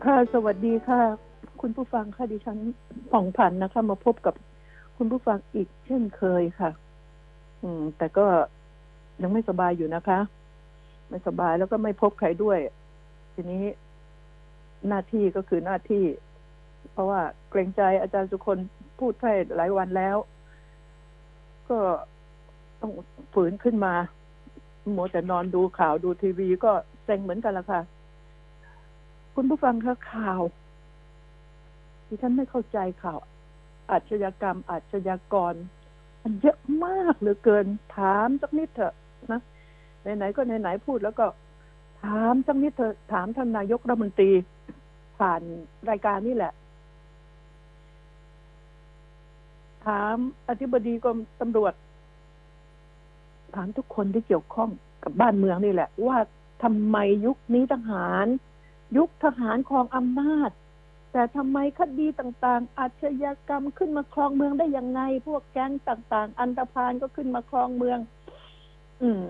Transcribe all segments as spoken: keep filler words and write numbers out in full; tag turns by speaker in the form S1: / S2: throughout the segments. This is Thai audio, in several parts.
S1: ค่ะสวัสดีค่ะคุณผู้ฟังค่ะดิฉันผ่องผันนะคะมาพบกับคุณผู้ฟังอีกเช่นเคยค่ะอืมแต่ก็ยังไม่สบายอยู่นะคะไม่สบายแล้วก็ไม่พบใครด้วยทีนี้หน้าที่ก็คือหน้าที่เพราะว่าเกรงใจอาจารย์สุคนพูดให้หลายวันแล้วก็ต้องฝืนขึ้นมามัวแต่นอนดูข่าวดูทีวีก็เซ็งเหมือนกันละค่ะคุณผู้ฟังคะข่าวที่ฉันไม่เข้าใจข่าวอาชญากรรมอาชญากรมันเยอะมากเหลือเกินถามสักนิดเถอะนะไหนๆก็ไหนๆพูดแล้วก็ถามสักนิดเถอะถามท่านนายกรัฐมนตรีผ่านรายการนี่แหละถามอธิบดีกรมตำรวจถามทุกคนที่เกี่ยวข้องกับบ้านเมืองนี่แหละว่าทำไมยุคนี้ทหารยุคทหารครองอำนาจแต่ทำไมคดีต่างๆอาชญากรรมขึ้นมาครองเมืองได้ยังไงพวกแก๊งต่างๆอันธพาลก็ขึ้นมาครองเมืองอืม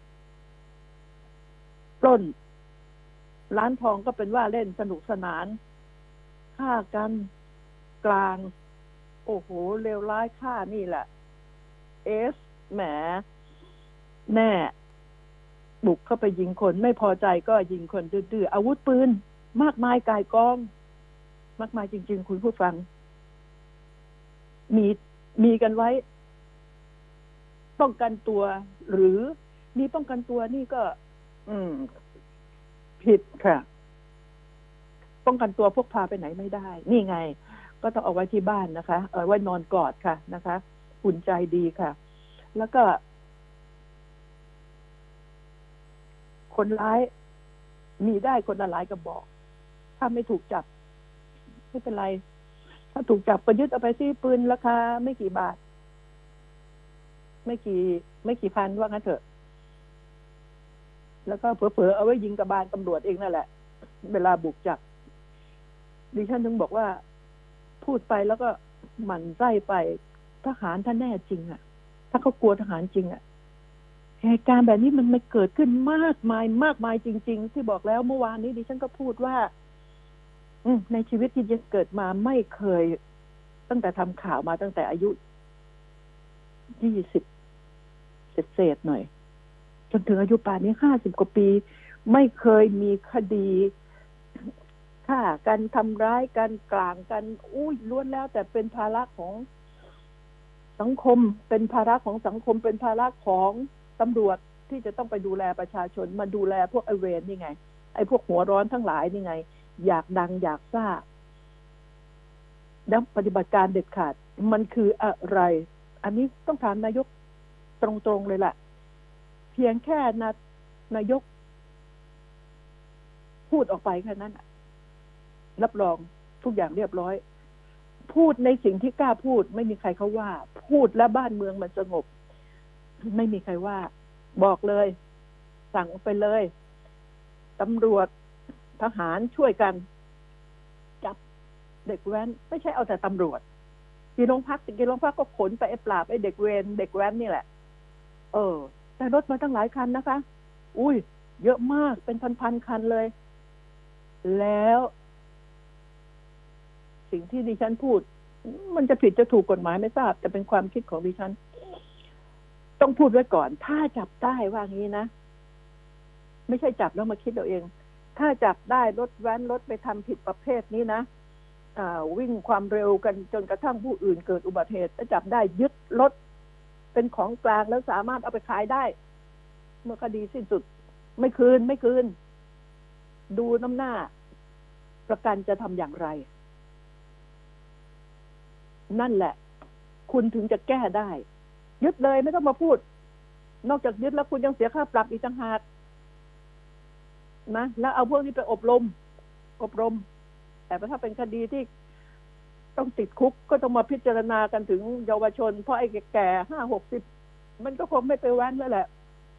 S1: ปล้นร้านทองก็เป็นว่าเล่นสนุกสนานฆ่ากันกลางโอ้โหเลวร้ายฆ่านี่แหละเอสแหมแน่บุกเข้าไปยิงคนไม่พอใจก็ยิงคนดื้อๆอาวุธปืนมากมายก่ายกองมากมายจริงๆคุณผู้ฟังมีมีกันไว้ป้องกันตัวหรือมีป้องกันตัวนี่ก็อืมผิดค่ะป้องกันตัวพกพาไปไหนไม่ได้นี่ไงก็ต้องเอาไว้ที่บ้านนะคะเอาไว้นอนกอดค่ะนะคะอุ่นใจดีค่ะแล้วก็คนร้ายมีได้คนละหลายกระบอกถ้าไม่ถูกจับไม่เป็นไรถ้าถูกจับก็ยึดเอาไปที่ปืนราคาไม่กี่บาทไม่กี่ไม่กี่พันว่างั้นเถอะแล้วก็เผลอๆเอาไว้ยิงกระบาลตำรวจเองนั่นแหละเวลาบุกจับดิฉันถึงบอกว่าพูดไปแล้วก็หมั่นไส้ไปทหารถ้าแน่จริงอ่ะถ้าเขากลัวทหารจริงอ่ะเหตุการณ์แบบนี้มันไม่เกิดขึ้นมากมายมากมายจริงๆที่บอกแล้วเมื่อวานนี้ดิฉันก็พูดว่าในชีวิตที่จะเกิดมาไม่เคยตั้งแต่ทำข่าวมาตั้งแต่อายุยี่สิบเศษหน่อยจนถึงอายุป่านนี้ห้าสิบกว่าปีไม่เคยมีคดีฆ่ากันทำร้ายกันกลางกันอุ้ยล้วนแล้วแต่เป็นภาระของสังคมเป็นภาระของสังคมเป็นภาระของตำรวจที่จะต้องไปดูแลประชาชนมาดูแลพวกไอเวรนี่ไงไอพวกหัวร้อนทั้งหลายนี่ไงอยากดังอยากซ่าแล้วปฏิบัติการเด็ดขาดมันคืออะไรอันนี้ต้องถามนายกตรงๆเลยแหละเพียงแค่นานายกพูดออกไปแค่นั้นรับรองทุกอย่างเรียบร้อยพูดในสิ่งที่กล้าพูดไม่มีใครเขาว่าพูดแล้วบ้านเมืองมันสงบไม่มีใครว่าบอกเลยสั่งไปเลยตำรวจทหารช่วยกันจับเด็กแว้นไม่ใช่เอาแต่ตำรวจกี่โรงพักกี่โรงพักก็ขนไปไอ้ปราบไอ้เด็กเวรเด็กแว้นนี่แหละเออแต่รถมาตั้งหลายคันนะคะอุ้ยเยอะมากเป็นพันๆคันเลยแล้วสิ่งที่ดิฉันพูดมันจะผิดจะถูกกฎหมายไม่ทราบแต่เป็นความคิดของดิฉันต้องพูดไว้ก่อนถ้าจับได้ว่างี้นะไม่ใช่จับแล้วมาคิดเอาเองถ้าจับได้รถแว้นรถไปทำผิดประเภทนี้นะอ่าวิ่งความเร็วกันจนกระทั่งผู้อื่นเกิดอุบัติเหตุถ้าจับได้ยึดรถเป็นของกลางแล้วสามารถเอาไปขายได้เมื่อคดีสิ้นสุดไม่คืนไม่คืนดูน้ำหน้าประกันจะทำอย่างไรนั่นแหละคุณถึงจะแก้ได้ยึดเลยไม่ต้องมาพูดนอกจากยึดแล้วคุณยังเสียค่าปรับอีกต่างหากนะแล้วเอาพวกนี้ไปอบรมอบรมแต่ถ้าเป็นคดีที่ต้องติดคุกก็ต้องมาพิจารณากันถึงเยาวชนเพราะไอ้แก่ห้าหกสิบมันก็คงไม่ไปแว้นแล้วแหละ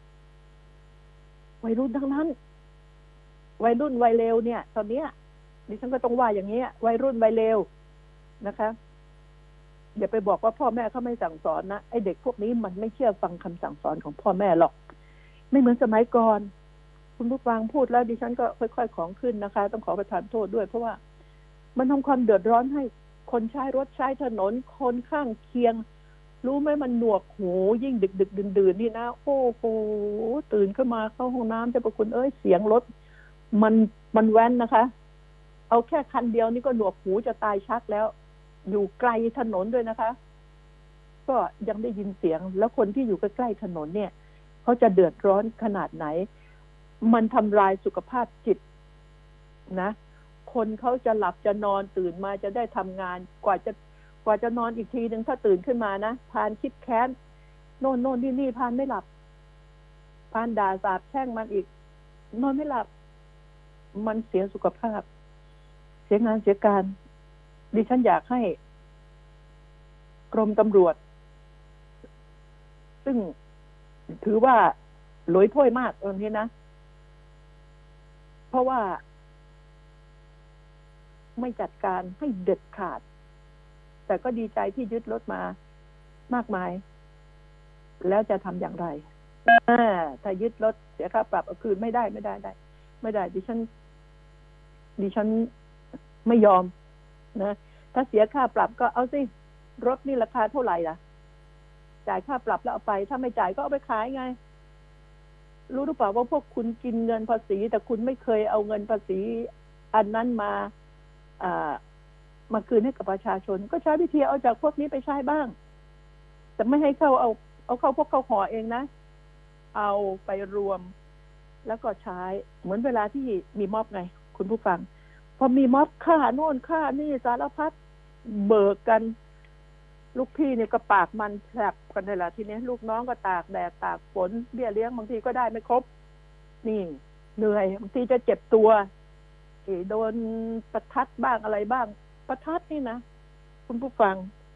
S1: วัยรุ่นทั้งนั้นวัยรุ่นวัยเร็วเนี่ยตอนนี้ดิฉันก็ต้องว่าอย่างนี้วัยรุ่นวัยเร็วนะคะอย่าไปบอกว่าพ่อแม่เขาไม่สั่งสอนนะไอ้เด็กพวกนี้มันไม่เชื่อฟังคำสั่งสอนของพ่อแม่หรอกไม่เหมือนสมัยก่อนคุณผู้ฟังพูดแล้วดิฉันก็ค่อยๆของขึ้นนะคะต้องขอประทานโทษด้วยเพราะว่ามันทำความเดือดร้อนให้คนใช้รถใช้ถนนคนข้างเคียงรู้ไหมมันหนวกหูยิ่งดึกดึกดื่นดื่นนี่นะโอ้โหตื่นขึ้นมาเข้าห้องน้ำเจ้าประคุณเอ้ยเสียงรถมันมันแว้นนะคะเอาแค่คันเดียวนี่ก็หนวกหูจะตายชักแล้วอยู่ไกลถนนด้วยนะคะก็ยังได้ยินเสียงแล้วคนที่อยู่ใกล้ๆถนนเนี่ยเขาจะเดือดร้อนขนาดไหนมันทำลายสุขภาพจิตนะคนเขาจะหลับจะนอนตื่นมาจะได้ทำงานกว่าจะกว่าจะนอนอีกทีนึงถ้าตื่นขึ้นมานะพานคิดแค้นโน่นโน่นนี่นี่พานไม่หลับพานด่าสาปแช่งมันอีกนอนไม่หลับมันเสียสุขภาพเสียงานเสียการดิฉันอยากให้กรมตำรวจซึ่งถือว่าหลอยถ้วยมากตรงนี้นะเพราะว่าไม่จัดการให้เด็ดขาดแต่ก็ดีใจที่ยึดรถมามากมายแล้วจะทำอย่างไรถ้ายึดรถเสียค่าปรับเอาคืนไม่ได้ไม่ได้ได้ไม่ได้ดิฉันดิฉันไม่ยอมนะถ้าเสียค่าปรับก็เอาสิรถนี่ราคาเท่าไหร่ล่ะจ่ายค่าปรับแล้วเอาไปถ้าไม่จ่ายก็เอาไปขายไงรู้หรือเปล่าว่าพวกคุณกินเงินภาษีแต่คุณไม่เคยเอาเงินภาษีอันนั้นมาอ่ามาคืนให้กับประชาชนก็ใช้วิธีเอาจากพวกนี้ไปใช้บ้างแต่ไม่ให้เข้าเอาเอาเข้าพวกเขาห่อเองนะเอาไปรวมแล้วก็ใช้เหมือนเวลาที่มีม็อบไงคุณผู้ฟังพอมีม็อบค่าโน่นค่านี่สารพัดเบิกกันลูกพี่เนี่ยก็ปากมันแผลบกันเลยล่ะทีนี้ลูกน้องก็ตากแดดตากฝนเบี้ยเลี้ยงบางทีก็ได้ไม่ครบนี่เหนื่อยบางทีจะเจ็บตัวโดนประทัดบ้างอะไรบ้างประทัดนี่นะคุณผู้ฟัง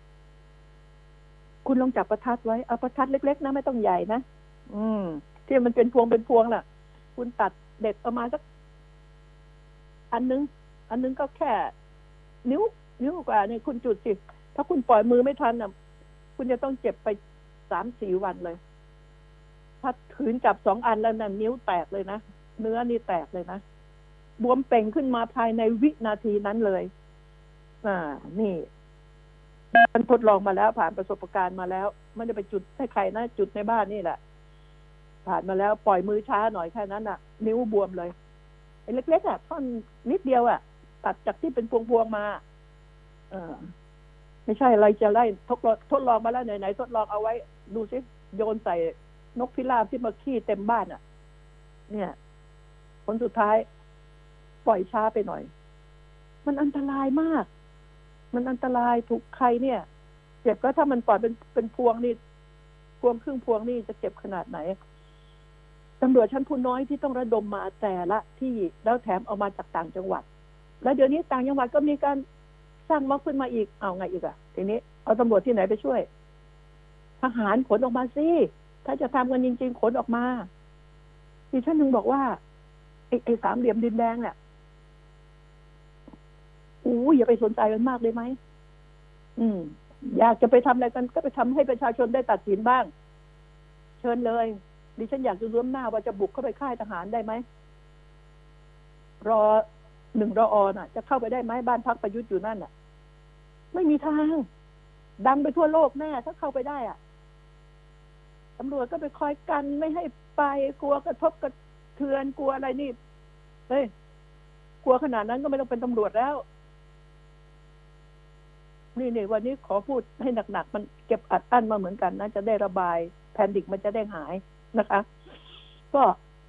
S1: คุณลองจับประทัดไว้เอาประทัดเล็กๆนะไม่ต้องใหญ่นะอืมที่มันเป็นพวงเป็นพวงน่ะคุณตัดเด็ดออกมาสักอันนึงอันนึงก็แค่นิ้วนิ้วกว่านี่คุณจุดสิถ้าคุณปล่อยมือไม่ทันน่ะคุณจะต้องเจ็บไปสามสี่วันเลยถ้าถืนจับสองอันแล้วน่ะนิ้วแตกเลยนะเนื้อนี่แตกเลยนะบวมเป่งขึ้นมาภายในวินาทีนั้นเลยอ่านี่มันทดลองมาแล้วผ่านประสบการณ์มาแล้วไม่ได้ไปจุดให้ใครนะจุดในบ้านนี่แหละผ่านมาแล้วปล่อยมือช้าหน่อยแค่นั้นน่ะนิ้วบวมเลยไอ้เล็กๆอ่ะท่อนนิดเดียวอ่ะตัดจากที่เป็นพวงๆมาเออไม่ใช่อะไรจะไล่ทดลองทดลองมาแล้วไหนๆทดลองเอาไว้ดูซิโยนใส่นกพิราบที่มาขี้เต็มบ้านอ่ะเนี่ยผลสุดท้ายปล่อยช้าไปหน่อยมันอันตรายมากมันอันตรายถูกใครเนี่ยเจ็บก็ถ้ามันปล่อยเป็นเป็นพวงนี่พวงครึ่งพวงนี่จะเจ็บขนาดไหนตำรวจชั้นผู้น้อยที่ต้องระดมมาแต่ละที่แล้วแถมเอามาจากต่างจังหวัดแล้วเดี๋ยวนี้ต่างจังหวัดก็มีการสร้างม็อบขึ้นมาอีกเอาไงอีกอะทีนี้เอาตำรวจที่ไหนไปช่วยทหารขนออกมาสิถ้าจะทำกันจริงๆขนออกมาที่ฉันนึงบอกว่าไอ้ไอ้สามเหลี่ยมดินแดงเนี่ยอู้อย่าไปสนใจมันมากเลยไหมอืมอยากจะไปทำอะไรกันก็ไปทำให้ประชาชนได้ตัดสินบ้างเชิญเลยดิฉันอยากจะรู้หน้าว่าจะบุกเข้าไปค่ายทหารได้ไหมรอหนึ่งรออน่ะจะเข้าไปได้ไหมบ้านพักประยุทธ์อยู่นั่นน่ะไม่มีทางดังไปทั่วโลกแน่ถ้าเข้าไปได้อ่ะตำรวจก็ไปคอยกันไม่ให้ไปกลัวกระทบกระเทือนกลัวอะไรนี่เฮ้ยกลัวขนาดนั้นก็ไม่ต้องเป็นตำรวจแล้วนี่เนี่ยวันนี้ขอพูดให้หนักๆมันเก็บอัดอั้นมาเหมือนกันนะจะได้ระบายแพนิคมันจะได้หายนะคะก็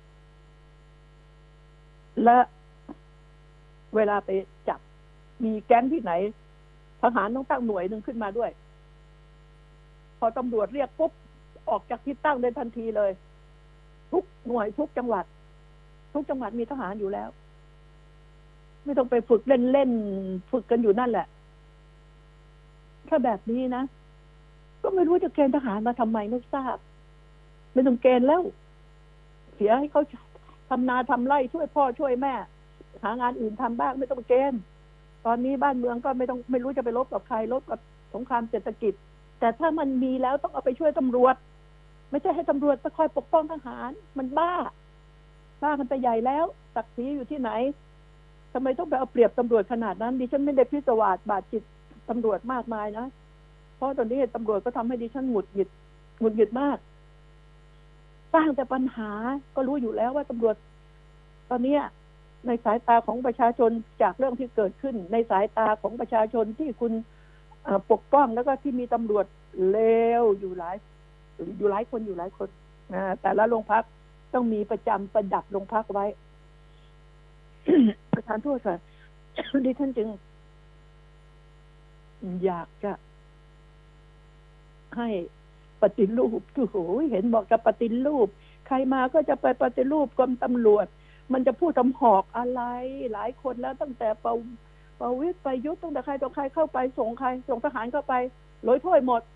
S1: และเวลาไปจับมีแก๊งที่ไหนทหารต้องตั้งหน่วยหนึ่งขึ้นมาด้วยพอตำรวจเรียกปุ๊บออกจากที่ตั้งได้ทันทีเลยทุกหน่วยทุกจังหวัดทุกจังหวัดมีทหารอยู่แล้วไม่ต้องไปฝึกเล่นๆฝึกกันอยู่นั่นแหละถ้าแบบนี้นะก็ไม่รู้จะเกณฑ์ทหารมาทำไมไม่ทราบไม่ต้องเกณฑ์แล้วเสียให้เขาทำนาทำไร่ช่วยพ่อช่วยแม่หางานอื่นทำบ้างไม่ต้องเกณฑ์ตอนนี้บ้านเมืองก็ไม่ต้องไม่รู้จะไปรบกับใครรบกับสงครามเศรษฐกิจแต่ถ้ามันมีแล้วต้องเอาไปช่วยตำรวจไม่ใช่ให้ตำรวจไปคอยปกป้องทหารมันบ้าสร้างกันไปใหญ่แล้วศักดิ์ศรีอยู่ที่ไหนทำไมต้องไปเอาเปรียบตำรวจขนาดนั้นดิฉันไม่ได้พิศวาสบาดจิตตำรวจมากมายนะเพราะตอนนี้ตำรวจก็ทำให้ดิฉันหงุดหงิดหงุดหงิดมากสร้างแต่ปัญหาก็รู้อยู่แล้วว่าตำรวจตอนนี้ในสายตาของประชาชนจากเรื่องที่เกิดขึ้นในสายตาของประชาชนที่คุณปกป้องแล้วก็ที่มีตำรวจเลวอยู่หลายอยู่หลายคนอยู่หลายคนนะแต่ละโรงพักต้องมีประจำประดับโรงพักไว้ ประธานโทษค่ะ ดิฉันจึงอยากจะให้ปฏิรูปโอ้โหเห็นบอกจะปฏิรูปใครมาก็จะไปปฏิรูปกรมตำรวจมันจะพูดทำหอกอะไรหลายคนแล้วตั้งแต่ประประวิตรประยุทธ์ตั้งแต่ใครต่อใครเข้าไปส่งใครส่งทหารเข้าไปลอยถ้วยหมด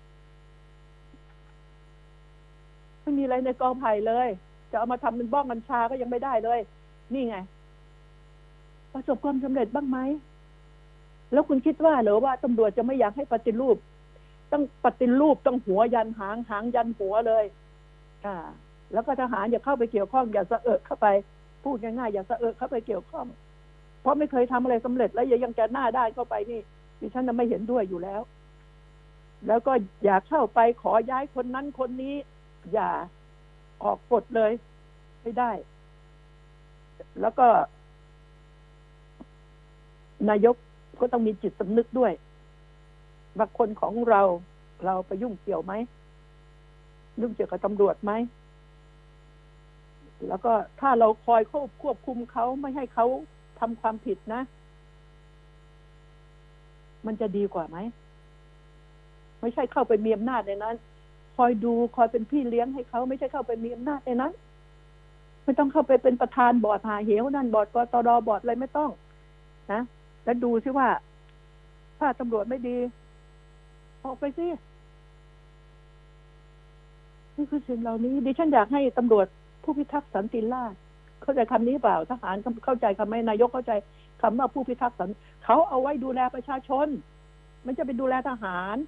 S1: ไม่มีอะไรในกองไผ่เลยจะเอามาทำเป็นบ้องกัญชาก็ยังไม่ได้เลยนี่ไงประสบความสำเร็จบ้างไหมแล้วคุณคิดว่าเหรอว่าตำรวจจะไม่อยากให้ปฏิรูปต้องปฏิรูปต้องหัวยันหางหางยันหัวเลยอ่าแล้วก็ทหารอย่าเข้าไปเกี่ยวข้องอย่าสะเอิดเข้าไปพูดง่ายๆอย่าสะเอิดเข้าไปเกี่ยวข้องเพราะไม่เคยทำอะไรสำเร็จแล้วยังจะหน้าด้านเข้าไปนี่ดิฉันจะไม่เห็นด้วยอยู่แล้วแล้วก็อย่าเข้าไปขอย้ายคนนั้นคนนี้อย่าออกกฎเลยไม่ได้แล้วก็นายกก็ต้องมีจิตสำนึกด้วยว่าคนของเราเราไปยุ่งเกี่ยวไหมยุ่งเกี่ยวกับตำรวจไหมแล้วก็ถ้าเราคอยควบควบคุมเขาไม่ให้เขาทำความผิดนะมันจะดีกว่าไหมไม่ใช่เข้าไปมีอำนาจในนั้นคอยดูคอยเป็นพี่เลี้ยงให้เขาไม่ใช่เข้าไปมีอำนาจในนั้นไม่ต้องเข้าไปเป็นประธานบอร์ดหาเหวนั่นบอร์ดกตรบอร์ดอะไรไม่ต้องนะแล้วดูซิว่าถ้าตำรวจไม่ดีออกไปสินี่คือสิ่งเหล่านี้ดิฉันอยากให้ตำรวจผู้พิทักษ์สันติราษฎร์เข้าใจคำนี้เปล่าทหารเข้าใจคำไหมนายกเข้าใจคำว่าผู้พิทักษ์สันเขาเอาไว้ดูแลประชาชนมันจะไปดูแลทหาร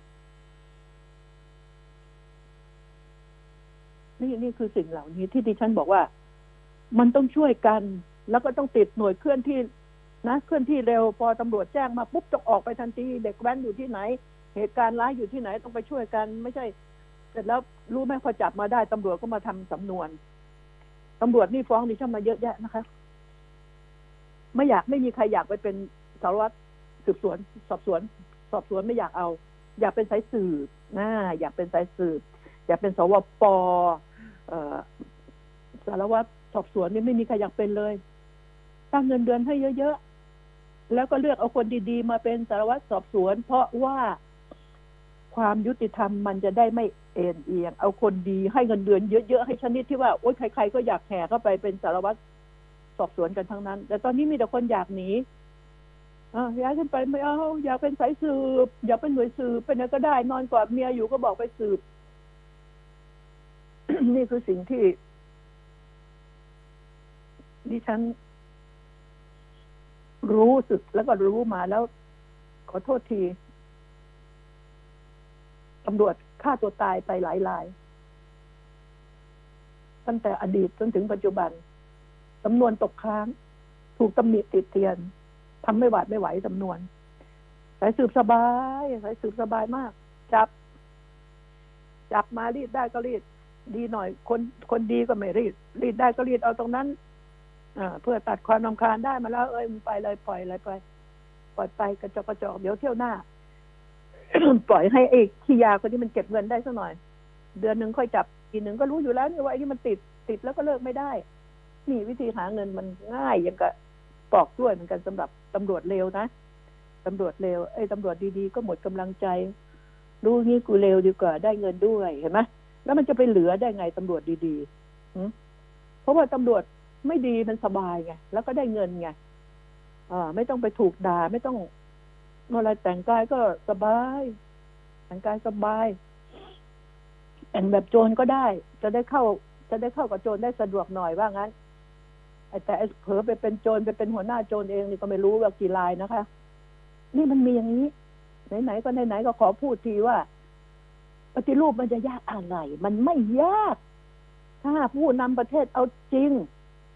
S1: นี่นี่คือสิ่งเหล่านี้ที่ดิฉันบอกว่ามันต้องช่วยกันแล้วก็ต้องติดหน่วยเคลื่อนที่นะเคลื่อนที่เร็วพอตำรวจแจ้งมาปุ๊บต้องออกไปทันทีเด็กแว้นอยู่ที่ไหนเหตุการณ์ร้ายอยู่ที่ไหนต้องไปช่วยกันไม่ใช่เสร็จแล้วรู้ไหมพอจับมาได้ตำรวจก็มาทำสำนวนตำรวจนี่ฟ้องดิฉันมาเยอะแยะนะคะไม่อยากไม่มีใครอยากไปเป็นสารวัตรสืบสวนสอบสวนสอบสวนไม่อยากเอาอยากเป็นสายสืบนะอยากเป็นสายสืบอยากเป็นสวปเอ่อสารวัตรสอบสวนนี่ไม่มีใครอยากเป็นเลยตั้งเงินเดือนให้เยอะๆแล้วก็เลือกเอาคนดีๆมาเป็นสารวัตรสอบสวนเพราะว่าความยุติธรรมมันจะได้ไม่เอ็นเอียงเอาคนดีให้เงินเดือนเยอะๆให้ชนิดที่ว่าโอ๊ยใครๆก็อยากแห่เข้าไปเป็นสารวัตรสอบสวนกันทั้งนั้นแต่ตอนนี้มีแต่คนอยากหนีอ่ะย้ายขึ้นไปไม่เอาอยากเป็นสายสืบอยากเป็นหน่วยสืบเป็นอะไรก็ได้นอนกอดเมียอยู่ก็บอกไปสืบ นี่คือสิ่งที่ดิฉันรู้สึกแล้วก็รู้มาแล้วขอโทษทีตำรวจฆ่าตัวตายไปหลายรายตั้งแต่อดีตจนถึงปัจจุบันสำนวนตกค้างถูกตำหนิติดเตียนทำไม่หวาดไม่ไหวสำนวนสายสืบสบายสายสืบสบายมากจับจับมารีดได้ก็รีดดีหน่อยคนคนดีก็ไม่รีดรีดได้ก็รีดเอาตรงนั้นเพื่อตัดความรำคาญได้มาแล้วเอ้ยมันไปเลยปล่อยเลยไปปล่อยไปกระจอกกระจอกเดี๋ยวเที่ยวหน้า ปล่อยให้ไอ้ขี้ยาคนที่มันเก็บเงินได้สักหน่อยเดือนหนึ่งค่อยจับอีกหนึ่งก็รู้อยู่แล้วนี่ว่าไอ้นี่มันติดติดแล้วก็เลิกไม่ได้นี่วิธีหาเงินมันง่ายอย่างกับปอกด้วยเหมือนกันสำหรับตำรวจเลวนะตำรวจเลวไอ้ตำรวจดีๆก็หมดกำลังใจรู้งี้กูเลวดีกว่าได้เงินด้วยเห็นไหมแล้วมันจะไปเหลือได้ไงตำรวจดีๆเพราะว่าตำรวจไม่ดีมันสบายไงแล้วก็ได้เงินไงอ่าไม่ต้องไปถูกด่าไม่ต้องเมื่อไรแต่งกายก็สบายแต่งกายสบายแต่งแบบโจรก็ได้จะได้เข้าจะได้เข้ากับโจรได้สะดวกหน่อยว่างั้นแต่เผลอไปเป็นโจรไปเป็นหัวหน้าโจรเองนี่ก็ไม่รู้ว่ากี่รายนะคะนี่มันมีอย่างนี้ไหนๆก็ไหนๆก็ขอพูดทีว่าปฏิรูปมันจะยากอะไรมันไม่ยากถ้าผู้นำประเทศเอาจริง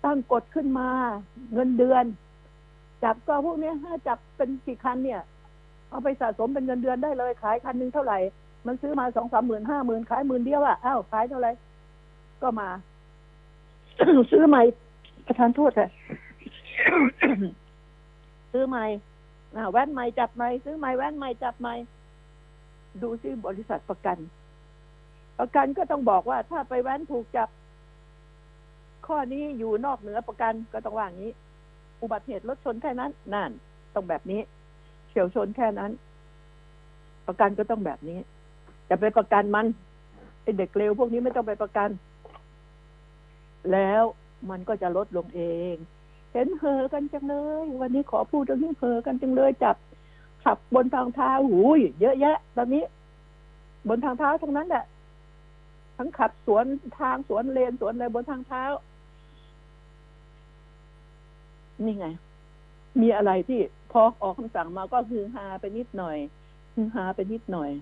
S1: ตั้งกฎขึ้นมาเงินเดือนจับก็พวกนี้ถ้าจับเป็นกี่คันเนี่ยเอาไปสะสมเป็นเงินเดือนได้เลยขายคันนึงเท่าไหร่มันซื้อมาสองสามหมื่นห้าหมื่นขายหมื่นเดียวอ่ะอ้าวขายเท่าไหร่ก็มา ซื้อใหม่ประทานโทษค่ะ ซื้อใหม่แว่นใหม่จับใหม่ซื้อใหม่แว่นใหม่จับใหม่ดูซิบริษัทประกันประกันก็ต้องบอกว่าถ้าไปแว้นถูกจับข้อนี้อยู่นอกเหนือประกันก็ต้องว่าอย่างนี้อุบัติเหตุรถชนแค่นั้นนั่นต้องแบบนี้เฉี่ยวชนแค่นั้นประกันก็ต้องแบบนี้จะไปประกันมันไอเด็กเลวพวกนี้ไม่ต้องไปประกันแล้วมันก็จะลดลงเองเห็นเหอกันจังเลยวันนี้ขอพูดเรื่องนี้เหอกันจังเลยจับขับบนทางเท้าหูยเยอะแยะตอนนี้บนทางเท้าทั้งนั้นแหละทั้งขับสวนทางสวนเลนสวนอะไรบนทางเท้านี่ไงมีอะไรที่พอออกคำสั่งมาก็ฮือฮาไปนิดหน่อยฮือฮาไปนิดหน่อย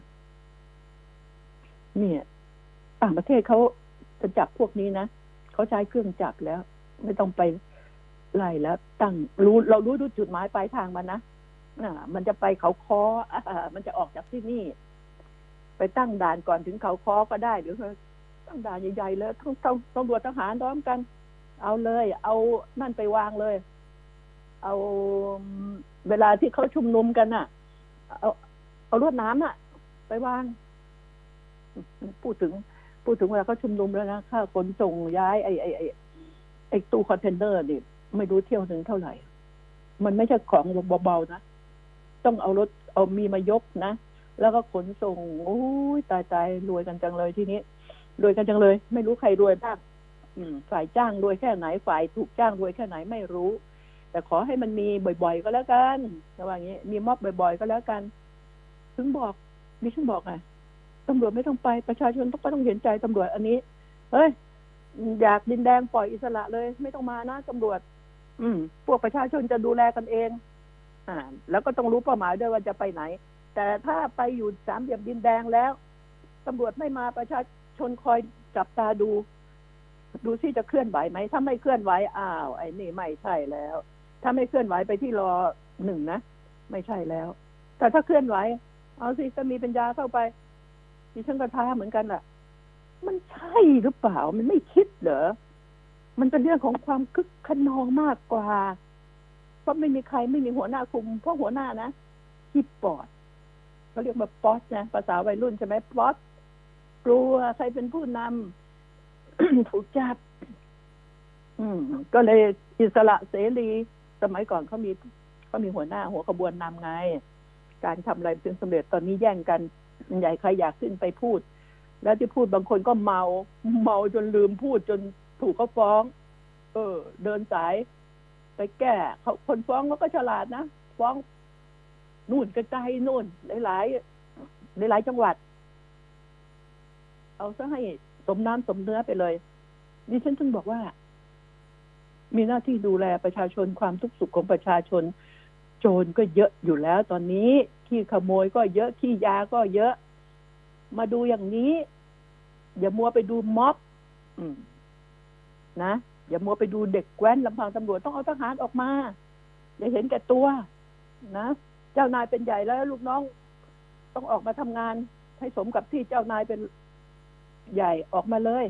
S1: เนี่ยต่างประเทศเขาจะจับพวกนี้นะเขาใช้เครื่องจับแล้วไม่ต้องไปไล่แล้วตั้งรู้เรารู้ดูจุดหมายปลายทางมันนะอ่ามันจะไปเขาคออ่ามันจะออกจากที่นี่ไปตั้งด่านก่อนถึงเขาคอก็ได้หรือตั้งด่านใหญ่ๆเลยต้องต้องตำรวจทหารพร้อมกันเอาเลยเอานั่นไปวางเลยเอาเวลาที่เขาชุมนุมกันน่ะเอาเอาลวดน้ำน่ะไปวางพูดถึงพูดถึงเวลาเขาชุมนุมแล้วนะค่าขนส่งย้ายไอ้ไอ้ไอ้ไอ้ตู้คอนเทนเนอร์นี่ไม่รู้เที่ยวหนึ่งเท่าไหร่มันไม่ใช่ของเบาๆนะต้องเอารถเอามีมายกนะแล้วก็ขนส่งโอ้ยตายตายรวยกันจังเลยทีนี้รวยกันจังเลยไม่รู้ใครรวยบ้างฝ่ายจ้างรวยแค่ไหนฝ่ายถูกจ้างรวยแค่ไหนไม่รู้แต่ขอให้มันมีบ่อยๆก็แล้วกันระหว่างนี้มีม็อบบ่อยๆก็แล้วกันถึงบอกดิฉันบอกไงตำรวจไม่ต้องไปประชาชนต้องต้องเห็นใจตำรวจอันนี้เฮ้ยอยากดินแดงปล่อยอิสระเลยไม่ต้องมานะตำรวจอืมพวกประชาชนจะดูแลกันเองอ่าแล้วก็ต้องรู้เป้าหมายด้วยว่าจะไปไหนแต่ถ้าไปอยู่สามเหลี่ยมดินแดงแล้วตำรวจไม่มาประชาชนคอยจับตาดูดูที่จะเคลื่อนไหวไหมถ้าไม่เคลื่อนไหวอ้าวไอ้นี่ไม่ใช่แล้วถ้าไม่เคลื่อนไหวไปที่รอหนึ่งนะไม่ใช่แล้วแต่ถ้าเคลื่อนไหวเอาสิจะมีปัญญาเข้าไปดิฉันก็ท้าเหมือนกันแหละมันใช่หรือเปล่ามันไม่คิดเหรอมันเป็นเรื่องของความคึกขนองมากกว่าเพราะไม่มีใครไม่มีหัวหน้าคุมเพราะหัวหน้านะขี้ปอดเขาเรียกว่าป๊อสนะภาษาวัยรุ่นใช่ไหมป๊อสกลัวใครเป็นผู้นำ ถูกจับอืมก็เลยอิสระเสรีสมัยก่อนเขามีเขามีหัวหน้าหัวขบวนนำไงการทำอะไรถึงสำเร็จตอนนี้แย่งกันใหญ่ใครอยากขึ้นไปพูดแล้วที่พูดบางคนก็เมาเมาจนลืมพูดจนถูกเขาฟ้องเออเดินสายไปแก้เขาคนฟ้องเขาก็ฉลาดนะฟ้องนู่นไกลๆนู่นหลายๆหลายๆจังหวัดเอาซะให้สมน้ำสมเนื้อไปเลยดิฉันจึงบอกว่ามีหน้าที่ดูแลประชาชนความทุกข์สุขของประชาชนโจรก็เยอะอยู่แล้วตอนนี้ขี้ขโมยก็เยอะขี้ยาก็เยอะมาดูอย่างนี้อย่ามัวไปดูม็อบอืมนะอย่ามัวไปดูเด็กแว้นลำพังตำรวจต้องเอาทหารออกมาอย่าเห็นแก่ตัวนะเจ้านายเป็นใหญ่แล้วลูกน้องต้องออกมาทำงานให้สมกับที่เจ้านายเป็นใหญ่ออกมาเลย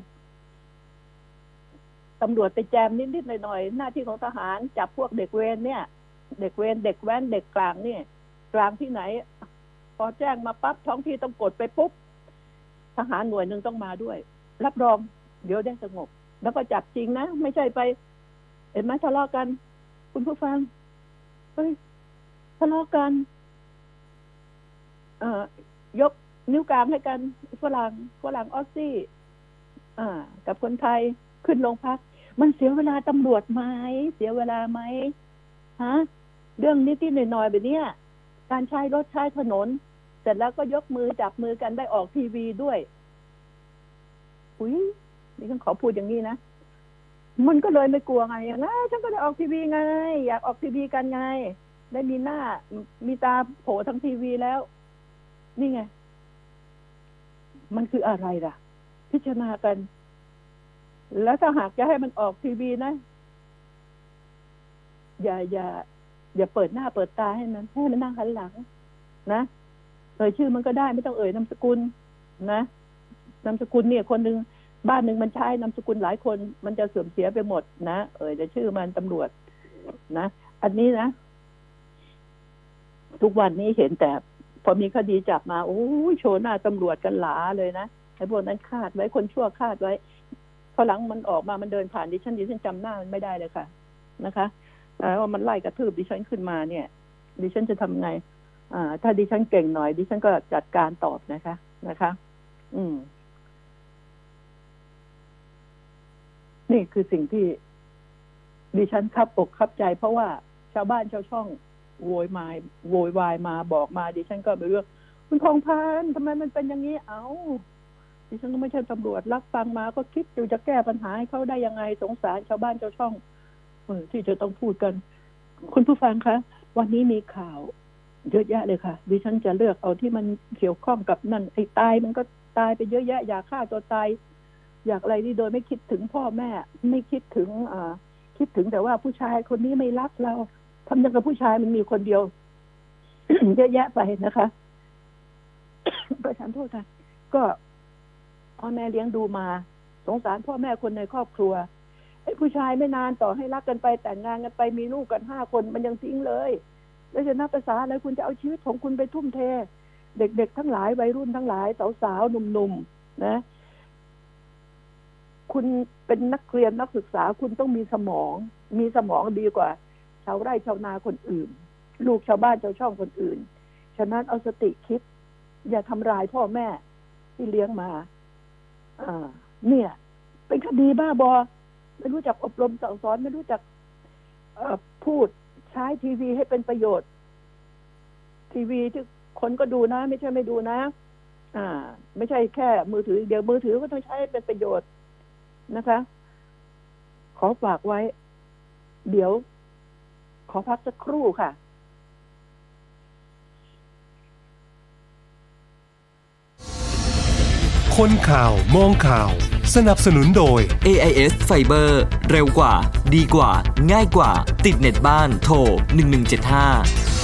S1: ตำรวจไปแจมนิดๆหน่อยๆหน้าที่ของทหารจับพวกเด็กเวรเนี่ยเด็กเวรเด็กแว้นเด็กกลางนี่กลางที่ไหนพอแจ้งมาปั๊บท้องที่ต้องกดไปปุ๊บทหารหน่วยนึงต้องมาด้วยรับรองเดี๋ยวได้สงบแล้วก็จับจริงนะไม่ใช่ไปเห็นไหมทะเลาะกันคุณผู้ฟังเฮ้ยทะเลาะกันเอ่อยกนิ้วกลางให้กันฝรั่งฝรั่งออสซี่อ่ากับคนไทยขึ้นโรงพักมันเสียเวลาตำรวจไหมเสียเวลาไหมฮะเรื่องนิดๆหน่อยๆแบบนี้การใช้รถใช้ถนนเสร็จแล้วก็ยกมือจับมือกันได้ออกทีวีด้วยอุ้ยนี่ฉันขอพูดอย่างนี้นะมันก็เลยไม่กลัวไงอย่างนั้นฉันก็ได้ออกทีวีไงอยากออกทีวีกันไงได้มีหน้ามีตาโผล่ทั้งทีวีแล้วนี่ไงมันคืออะไรล่ะพิจารณากันแล้วถ้าหากจะให้มันออกทีวีนะอย่าอย่าอย่าเปิดหน้าเปิดตาให้มันให้มันนั่งหันหลังนะเอ่ยชื่อมันก็ได้ไม่ต้องเอ่ยนามสกุลนะนามสกุลเนี่ยคนนึงบ้านนึงมันใช้นามสกุลหลายคนมันจะเสื่อมเสียไปหมดนะเอ่ยแต่ชื่อมันตำรวจนะอันนี้นะทุกวันนี้เห็นแต่พอมีคดีจับมาโอ้ยโชว์หน้าตำรวจกันหลาเลยนะไอ้พวกนั้นคาดไว้คนชั่วคาดไว้พอหลังมันออกมามันเดินผ่านดิฉันดิฉันจำหน้ามันไม่ได้เลยค่ะนะคะว่ามันไล่กระทืบดิฉันขึ้นมาเนี่ยดิฉันจะทำไงอ่าถ้าดิฉันเก่งหน่อยดิฉันก็จัดการตอบนะคะนะคะ อืมนี่คือสิ่งที่ดิฉันคับอกคับใจเพราะว่าชาวบ้านชาวช่องโวยวายโวยวายมาบอกมาดิฉันก็ไม่รู้คุณพงษ์พันธ์ทำไมมันเป็นอย่างนี้เอ้าดิฉันก็ไม่ใช่ตำรวจรับฟังมาก็คิดอยู่จะแก้ปัญหาให้เขาได้ยังไงสงสารชาวบ้านชาวช่องเออที่จะต้องพูดกันคุณผู้ฟังคะวันนี้มีข่าวเยอะแยะเลยค่ะดิฉันจะเลือกเอาที่มันเกี่ยวข้องกับนั่นไอ้ตายมันก็ตายไปเยอะแยะอยากฆ่าตัวตายอยากอะไรนี่โดยไม่คิดถึงพ่อแม่ไม่คิดถึงอ่าคิดถึงแต่ว่าผู้ชายคนนี้ไม่รักเราทำอย่างกับผู้ชายมันมีคนเดียว เยอะแยะไปนะคะประทานโทษค่ะก็พ่อแม่เลี้ยงดูมาสงสารพ่อแม่คนในครอบครัวไอ้ผู้ชายไม่นานต่อให้รักกันไปแต่งงานกันไปมีลูกกันห้าคนมันยังทิ้งเลยแล้วจะนับภาษาอะไรคุณจะเอาชีวิตของคุณไปทุ่มเทเด็กๆทั้งหลายวัยรุ่นทั้งหลายสาวๆหนุ่มๆนะคุณเป็นนักเรียนนักศึกษาคุณต้องมีสมองมีสมองดีกว่าชาวไร่ชาวนาคนอื่นลูกชาวบ้านชาวช่องคนอื่นฉะนั้นเอาสติคิดอย่าทำลายพ่อแม่ที่เลี้ยงมาอ่าเนี่ยเป็นคดีบ้าบอไม่รู้จักอบรมสั่งสอนไม่รู้จักพูดใช้ทีวีให้เป็นประโยชน์ทีวีที่คนก็ดูนะไม่ใช่ไม่ดูนะอ่าไม่ใช่แค่มือถือเดี๋ยวมือถือก็ต้องใช้เป็นประโยชน์นะคะขอฝากไว้เดี๋ยวขอพักสักครู่ค่ะ
S2: คนข่าวมองข่าวสนับสนุนโดย
S3: เอ ไอ เอส Fiber เร็วกว่าดีกว่าง่ายกว่าติดเน็ตบ้านโทรหนึ่งหนึ่งเจ็ดห้า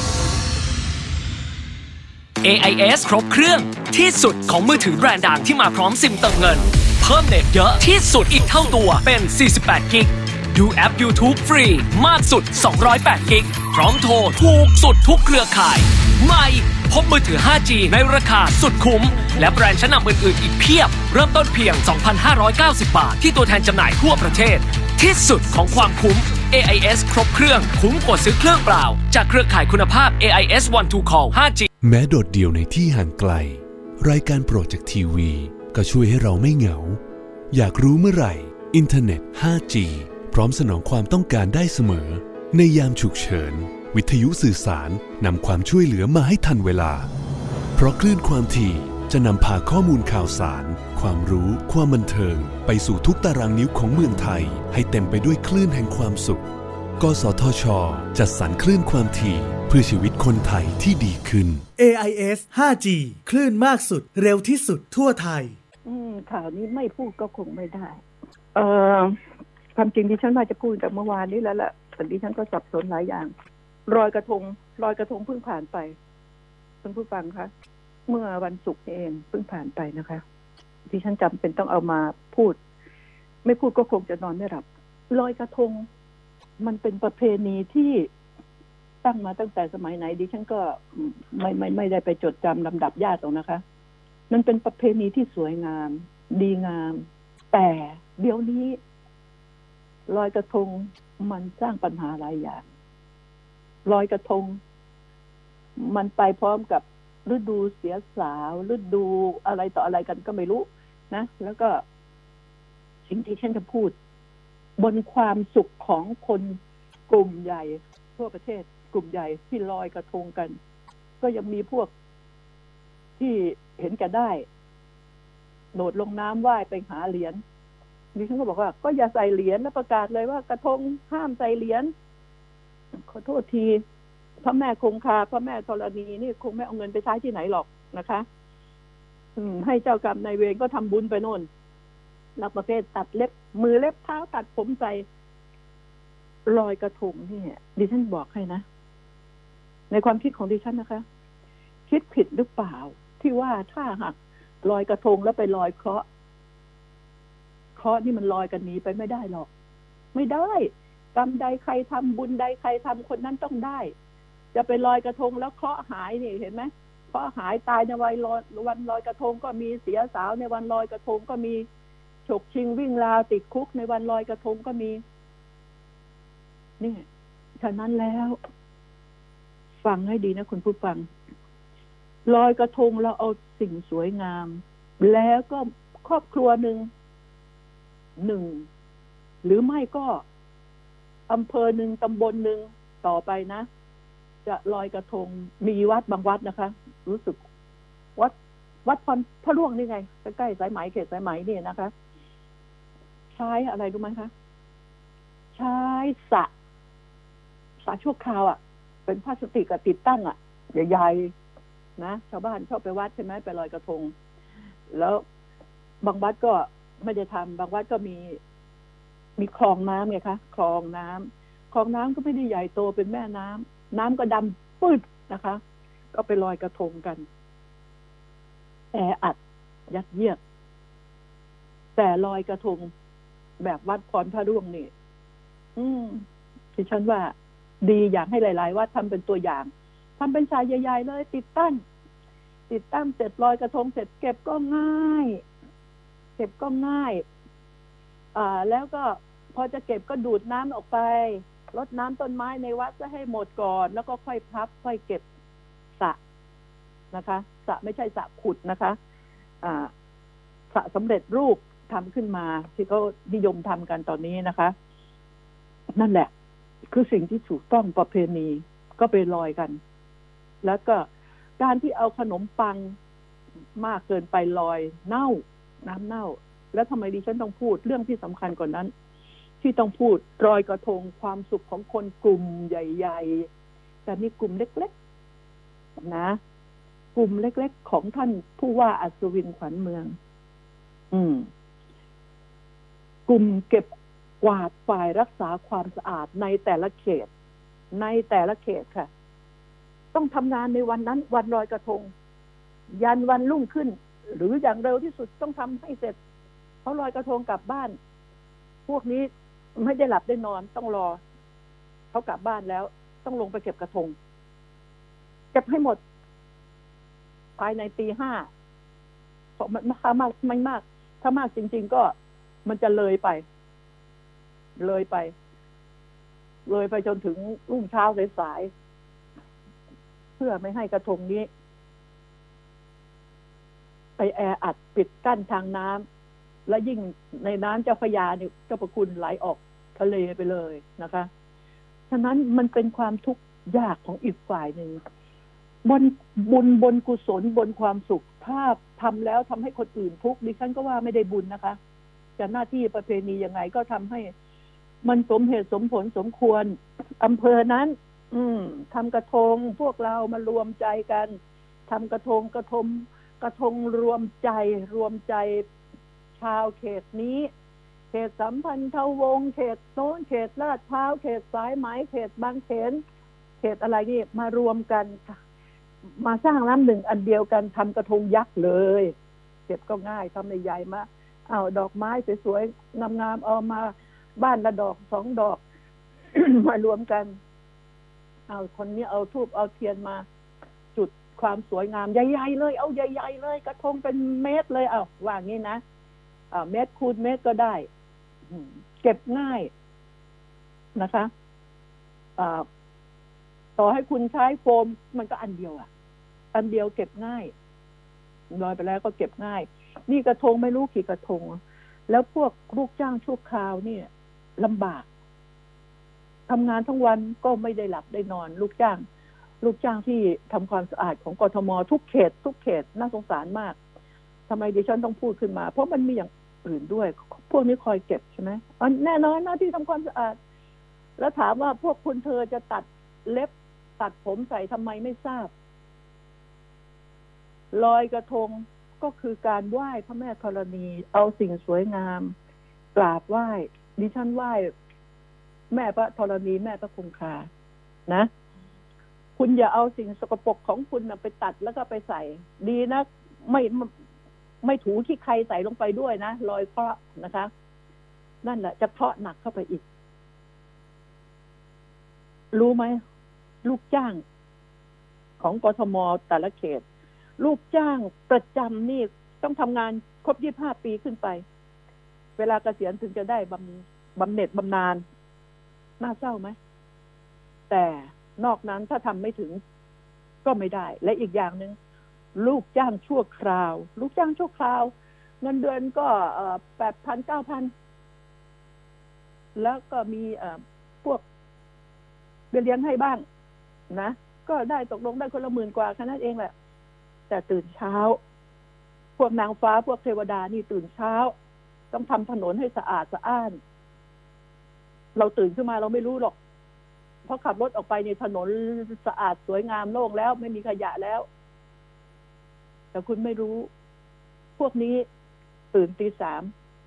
S4: เอ ไอ เอส ครบเครื่องที่สุดของมือถือแบรนด์ดังที่มาพร้อมซิมเติมเงินเพิ่มเน็ตเยอะที่สุดอีกเท่าตัวเป็นสี่สิบแปดกิกดูแอป YouTube ฟรีมากสุดสองร้อยแปดกิกพร้อมโทรถูกสุดทุกเครือข่ายใหม่พบมือถือ ห้าจี ในราคาสุดคุ้มและแบรนด์ชั้นนำอื่นๆอีกเพียบเริ่มต้นเพียง สองพันห้าร้อยเก้าสิบ บาทที่ตัวแทนจำหน่ายทั่วประเทศที่สุดของความคุ้ม เอ ไอ เอส ครบเครื่องคุ้มกว่าซื้อเครื่องเปล่าจากเครือข่ายคุณภาพ เอ ไอ เอส วัน ทู Call ห้าจี
S5: แม้โดดเดี่ยวในที่ห่างไกลรายการโปรดจากทีวีก็ช่วยให้เราไม่เหงาอยากรู้เมื่อไหร่อินเทอร์เน็ต ห้าจี พร้อมสนองความต้องการได้เสมอในยามฉุกเฉินวิทยุสื่อสารนำความช่วยเหลือมาให้ทันเวลาเพราะคลื่นความถี่จะนำพาข้อมูลข่าวสารความรู้ความบันเทิงไปสู่ทุกตารางนิ้วของเมืองไทยให้เต็มไปด้วยคลื่นแห่งความสุขกสทช.จัดสรรคลื่นความถี่เพื่อชีวิตคนไทยที่ดีขึ้น
S6: เอ ไอ เอส ห้าจี คลื่นมากสุดเร็วที่สุดทั่วไทย
S1: อืมข่าวนี้ไม่พูดก็คงไม่ได้เอ่อความจริงดิฉันว่าจะพูดแต่เมื่อวานนี้แล้วแหละแต่ดิฉันก็สับสนหลายอย่างลอยกระทงลอยกระทงเพิ่งผ่านไปคุณผู้ฟังคะเมื่อวันศุกร์เองเพิ่งผ่านไปนะคะดิฉันจำเป็นต้องเอามาพูดไม่พูดก็คงจะนอนไม่หลับลอยกระทงมันเป็นประเพณีที่ตั้งมาตั้งแต่สมัยไหนดิฉันก็ไม่ไม่ไม่ได้ไปจดจำลำดับญาติหรอกนะคะมันเป็นประเพณีที่สวยงามดีงามแต่เดี๋ยวนี้ลอยกระทงมันสร้างปัญหาหลายอย่างลอยกระทงมันไปพร้อมกับฤดูเสียสาวฤดูอะไรต่ออะไรกันก็ไม่รู้นะแล้วก็สิ่งที่ฉันจะพูดบนความสุขของคนกลุ่มใหญ่ทั่วประเทศกลุ่มใหญ่ที่ลอยกระทงกันก็ยังมีพวกที่เห็นแก่ได้โดดลงน้ำว่ายไปหาเหรียญดิฉันก็บอกว่าก็อย่าใส่เหรียญแล้วประกาศเลยว่ากระทงห้ามใส่เหรียญขอโทษทีพระแม่คงคาพระแม่ธรณีนี่คงไม่เอาเงินไปใช้ที่ไหนหรอกนะคะอืมให้เจ้ากรรมนายเวรก็ทำบุญไปโน่นรับประเภทตัดเล็บมือเล็บเท้าตัดผมใส่ลอยกระทงเนี่ยดิฉันบอกให้นะในความคิดของดิฉันนะคะคิดผิดหรือเปล่าที่ว่าถ้าหากลอยกระทงแล้วไปลอยเคราะห์เคราะห์นี่มันลอยกันหนีไปไม่ได้หรอกไม่ได้กรรมใดใครทำบุญใดใครทำคนนั้นต้องได้จะไปลอยกระทงแล้วเคราะห์หายนี่เห็นไหมเคราะห์หายตายในวันลอยวันลอยกระทงก็มีเสียสาวในวันลอยกระทงก็มีฉกชิงวิ่งราวติดคุกในวันลอยกระทงก็มีนี่ฉะนั้นแล้วฟังให้ดีนะคุณผู้ฟังลอยกระทงเราเอาสิ่งสวยงามแล้วก็ครอบครัวหนึ่งหนึ่งหรือไม่ก็อำเภอหนึ่งตำบลหนึ่งต่อไปนะจะลอยกระทงมีวัดบางวัดนะคะรู้สึกวัดวัดพรพระร่วงนี่ไงใกล้ๆสายไหมเขตสายไหมนี่นะคะใช้อะไรรู้ไหมคะใช้สระสระชั่วคราวอ่ะเป็นพลาสติกติดตั้งอ่ะใหญ่ๆนะชาวบ้านชอบไปวัดใช่ไหมไปลอยกระทงแล้วบางวัดก็ไม่ได้ทำบางวัดก็มีมีคลองน้ำไงคะคลองน้ำคลองน้ำก็ไม่ได้ใหญ่โตเป็นแม่น้ำน้ำก็ดำปื้ดนะคะก็ไปลอยกระทงกันแออัดยัดเยียดแต่ลอยกระทงแบบวัดพรพระร่วงนี่อืมที่ฉันว่าดีอยากให้หลายๆวัดทำเป็นตัวอย่างทำเป็นฉากใหญ่ๆเลยติดตั้งติดตั้งเสร็จลอยกระทงเสร็จเก็บก็ง่ายเก็บก็ง่ายอ่าแล้วก็พอจะเก็บก็ดูดน้ำออกไปรดน้ำต้นไม้ในวัดจะให้หมดก่อนแล้วก็ค่อยพับค่อยเก็บสระนะคะสระไม่ใช่สระขุดนะคะอ่าสระสำเร็จรูปทำขึ้นมาที่เขานิยมทำกันตอนนี้นะคะนั่นแหละคือสิ่งที่ถูกต้องประเพณีก็ไปลอยกันแล้วก็การที่เอาขนมปังมากเกินไปลอยเน่าน้ำเน่าแล้วทำไมดิฉันต้องพูดเรื่องที่สำคัญกว่านั้นที่ต้องพูดลอยกระทงความสุขของคนกลุ่มใหญ่ๆแต่มีกลุ่มเล็กๆนะกลุ่มเล็กๆของท่านผู้ว่าอัศวินขวัญเมืองอืมกลุ่มเก็บกวาดฝ่ายรักษาความสะอาดในแต่ละเขตในแต่ละเขตค่ะต้องทำงานในวันนั้นวันลอยกระทงยันวันรุ่งขึ้นหรืออย่างเร็วที่สุดต้องทำให้เสร็จเพราะลอยกระทงกลับบ้านพวกนี้ไม่ได้หลับได้นอนต้องรอเขากลับบ้านแล้วต้องลงไปเก็บกระทงเก็บให้หมดภายในตีห้าเพราะมันถ้ามากไม่มากถ้ามากจริงๆก็มันจะเลยไปเลยไปเลยไปจนถึงรุ่งเช้าสายๆเพื่อไม่ให้กระทงนี้ไปแออัดปิดกั้นทางน้ำและยิ่งในน้ำเจ้าพระยาเนี่ยเจ้าพระคุณไหลออกทะเลไปเลยนะคะฉะนั้นมันเป็นความทุกข์ยากของอีกฝ่ายหนึ่งบนบุญบนกุศลบนความสุขถ้าทำแล้วทำให้คนอื่นทุกข์ดิฉันก็ว่าไม่ได้บุญนะคะจะหน้าที่ประเพณียังไงก็ทำให้มันสมเหตุสมผลสมควรอำเภอนั้น อืมทำกระทงพวกเรามารวมใจกันทำกระทงกระทงกระทงรวมใจรวมใจชาวเขตนี้เขตสัมพันธวงศ์เขตโน้นเขตลาดพร้าวเขตสายไหมเขตบางเขนเขตอะไรนี่มารวมกันมาสร้างน้ำหนึ่งอันเดียวกันทำกระทงยักษ์เลยเก็บก็ง่ายทำใหญ่ๆมาเอาดอกไม้สวยๆงามๆเอามาบ้านละดอกสองดอก มารวมกันเอาคนนี้เอาธูปเอาเทียนมาจุดความสวยงามใหญ่ๆเลยเอาใหญ่ๆเลยกระทงเป็นเมตรเลยเอาว่างี้นะอ่าเมตรคูณเมตรก็ได้เก็บง่ายนะคะอ่าต่อให้คุณใช้โฟมมันก็อันเดียวอ่ะอันเดียวเก็บง่ายลอยไปแล้วก็เก็บง่ายนี่กระทงไม่รู้กี่กระทงแล้วพวกลูกจ้างชั่วคราวเนี่ยลำบากทำงานทั้งวันก็ไม่ได้หลับได้นอนลูกจ้างลูกจ้างที่ทำความสะอาดของกทมทุกเขตทุกเขตน่าสงสารมากทำไมดิฉันต้องพูดขึ้นมาเพราะมันมีอย่างอื่นด้วยพวกนี้คอยเก็บใช่ไหมแน่นอนหน้าที่ทำความสะอาดแล้วถามว่าพวกคุณเธอจะตัดเล็บตัดผมใส่ทำไมไม่ทราบลอยกระทงก็คือการไหว้พระแม่ธรณีเอาสิ่งสวยงามกราบไหว้ดิฉันไหว้แม่พระธรณีแม่พระคงคานะคุณอย่าเอาสิ่งสกปรกของคุณนะไปตัดแล้วก็ไปใส่ดีนะไม่ไม่ถูที่ใครใส่ลงไปด้วยนะรอยเคราะห์นะคะนั่นแหละจะเคราะห์หนักเข้าไปอีกรู้ไหมลูกจ้างของกทมแต่ละเขตลูกจ้างประจำนี่ต้องทำงานครบยี่สิบห้าปีขึ้นไปเวลาเกษียณถึงจะได้บำบำเหน็จบำนาญน่าเศร้าไหมแต่นอกนั้นถ้าทำไม่ถึงก็ไม่ได้และอีกอย่างหนึ่งลูกจ้างชั่วคราวลูกจ้างชั่วคราวเงินเดือนก็แปดพันเก้าพันแล้วก็มีพวกเบี้ยเลี้ยงให้บ้างนะก็ได้ตกลงได้คนละหมื่นกว่าแค่นั้นเองแหละแต่ตื่นเช้าพวกนางฟ้าพวกเทวดานี่ตื่นเช้าต้องทำถนนให้สะอาดสะอ้านเราตื่นขึ้นมาเราไม่รู้หรอกเพราะขับรถออกไปในถนนสะอาดสวยงามโล่งแล้วไม่มีขยะแล้วแต่คุณไม่รู้พวกนี้ตื่นตีสาม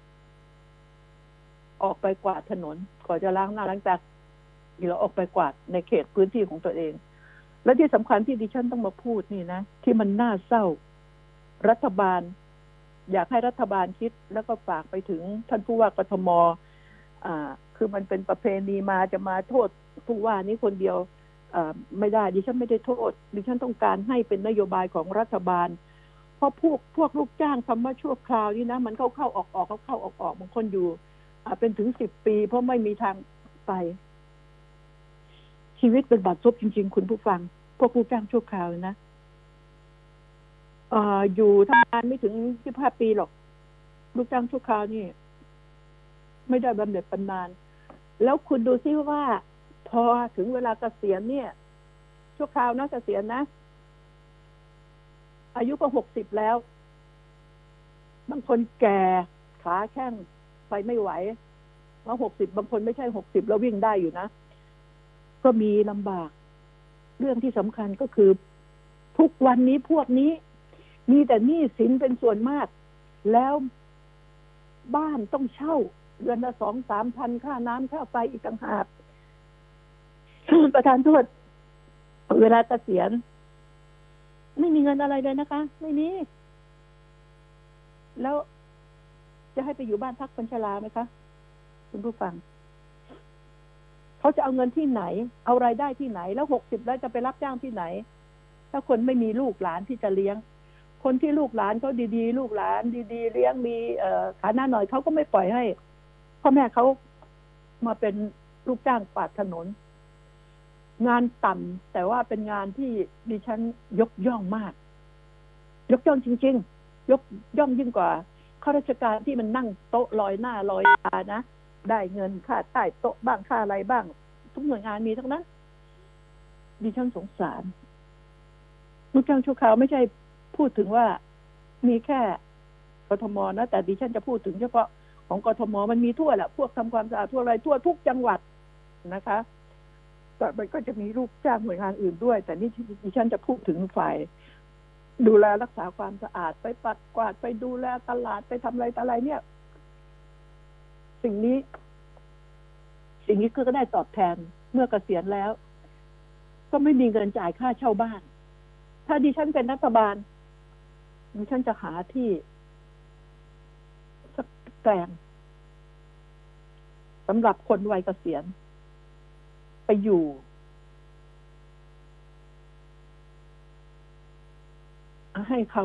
S1: ออกไปกวาดถนนก่อนจะล้างหน้าล้างตาเราออกไปกวาดในเขตพื้นที่ของตัวเองและที่สำคัญที่ดิฉันต้องมาพูดนี่นะที่มันน่าเศร้ารัฐบาลอยากให้รัฐบาลคิดแล้วก็ฝากไปถึงท่านผู้ว่ากทมอ่าคือมันเป็นประเพณีมาจะมาโทษผู้ว่านี้คนเดียวอ่าไม่ได้ดิฉันไม่ได้โทษดิฉันต้องการให้เป็นนโยบายของรัฐบาลเพราะพวกพวกลูกจ้างคำว่าชั่วคราวนี่นะมันเข้าเข้าออกออกเข้าเข้าออกออกบางคนอยู่อ่าเป็นถึงสิบปีเพราะไม่มีทางไปชีวิตเป็นบาดซบจริงๆคุณผู้ฟังพวกลูกจ้างชั่วคราวนะอ่าอยู่ทำงานไม่ถึงสิบห้าปีหรอกลูกจ้างชั่วคราวนี่ไม่ได้บำเหน็จบำนาญแล้วคุณดูซิว่าพอถึงเวลาเกษียณเนี่ยชั่วคราวนะเกษียณนะอายุก็หกสิบแล้วบางคนแก่ขาแข้งไปไม่ไหวเพราะหกสิบบางคนไม่ใช่หกสิบแล้ววิ่งได้อยู่นะก็มีลำบากเรื่องที่สำคัญก็คือทุกวันนี้พวกนี้มีแต่หนี้สินเป็นส่วนมากแล้วบ้านต้องเช่าเดือนละสองสามพันค่าน้ำค่าไฟอีกต่างหากประธานโทษเวลาเกษียณไม่มีเงินอะไรเลยนะคะไม่มีแล้วจะให้ไปอยู่บ้านพักคนชราไหมคะคุณผู้ฟังเขาจะเอาเงินที่ไหนเอารายได้ที่ไหนแล้วหกสิบแล้วจะไปรับจ้างที่ไหนถ้าคนไม่มีลูกหลานที่จะเลี้ยงคนที่ลูกหลานเขาดีๆลูกหลานดีๆเลี้ยงมีเอ่อฐานะหน่อยเขาก็ไม่ปล่อยให้พ่อแม่เขามาเป็นลูกจ้างกวาดถนนงานต่ำแต่ว่าเป็นงานที่ดิฉันยกย่องมากยกย่องจริงๆยกย่องยิ่งกว่าข้าราชการที่มันนั่งโต๊ะลอยหน้าลอยตานะได้เงินค่าใต้โต๊ะบ้างค่าอะไรบ้างทุกหน่วยงานมีทั้งนั้นดิฉันสงสารลูกจ้างชั่วคราวไม่ใช่พูดถึงว่ามีแค่กทมนะแต่ดิฉันจะพูดถึงเฉพาะของกทมมันมีทั่วแหละพวกทำความสะอาดทั่วอะไรทั่วทุกจังหวัดนะคะแต่มันก็จะมีลูกจ้างหน่วยงานอื่นด้วยแต่นี่ดิฉันจะพูดถึงฝ่ายดูแลรักษาความสะอาดไปปัดกวาดไปดูแลตลาดไปทำอะไรต่ออะไรเนี่ยสิ่งนี้สิ่งนี้ก็ได้ตอบแทนเมื่อเกษียณแล้วก็ไม่มีเงินจ่ายค่าเช่าบ้านถ้าดิฉันเป็นรัฐบาลดิฉันจะหาที่สักแปลงสำหรับคนวัยเกษียณไปอยู่ให้เขา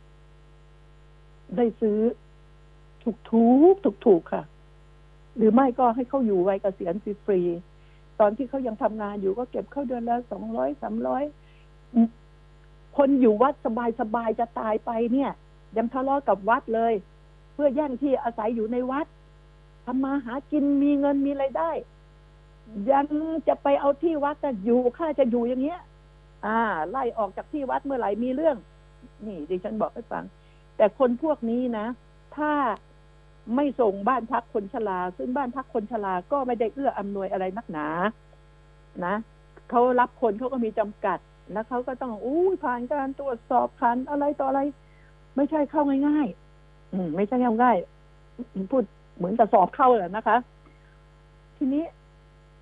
S1: ได้ซื้อถูกถูกถูกถูกค่ะหรือไม่ก็ให้เขาอยู่วัยเกษียณฟรีๆตอนที่เขายังทำงานอยู่ก็เก็บเข้าเดือนละสองร้อยสามร้อยคนอยู่วัดสบายๆจะตายไปเนี่ยยังทะเลาะกับวัดเลยเพื่อแย่งที่อาศัยอยู่ในวัดทำมาหากินมีเงินมีรายได้ยังจะไปเอาที่วัดจะอยู่ข้าจะอยู่อย่างเงี้ยอ่าไล่ออกจากที่วัดเมื่อไหร่มีเรื่องนี่ดิฉันบอกให้ฟังแต่คนพวกนี้นะถ้าไม่ส่งบ้านพักคนชราซึ่งบ้านพักคนชราก็ไม่ได้เอื้ออำนวยอะไรนักหนานะเขารับคนเขาก็มีจำกัดแล้วเขาก็ต้องอู้ผ่านการตรวจสอบผ่านอะไรต่ออะไรไม่ใช่เข้าง่ายๆอืมไม่ใช่ง่ายๆพูดเหมือนกับสอบเข้าแหละนะคะทีนี้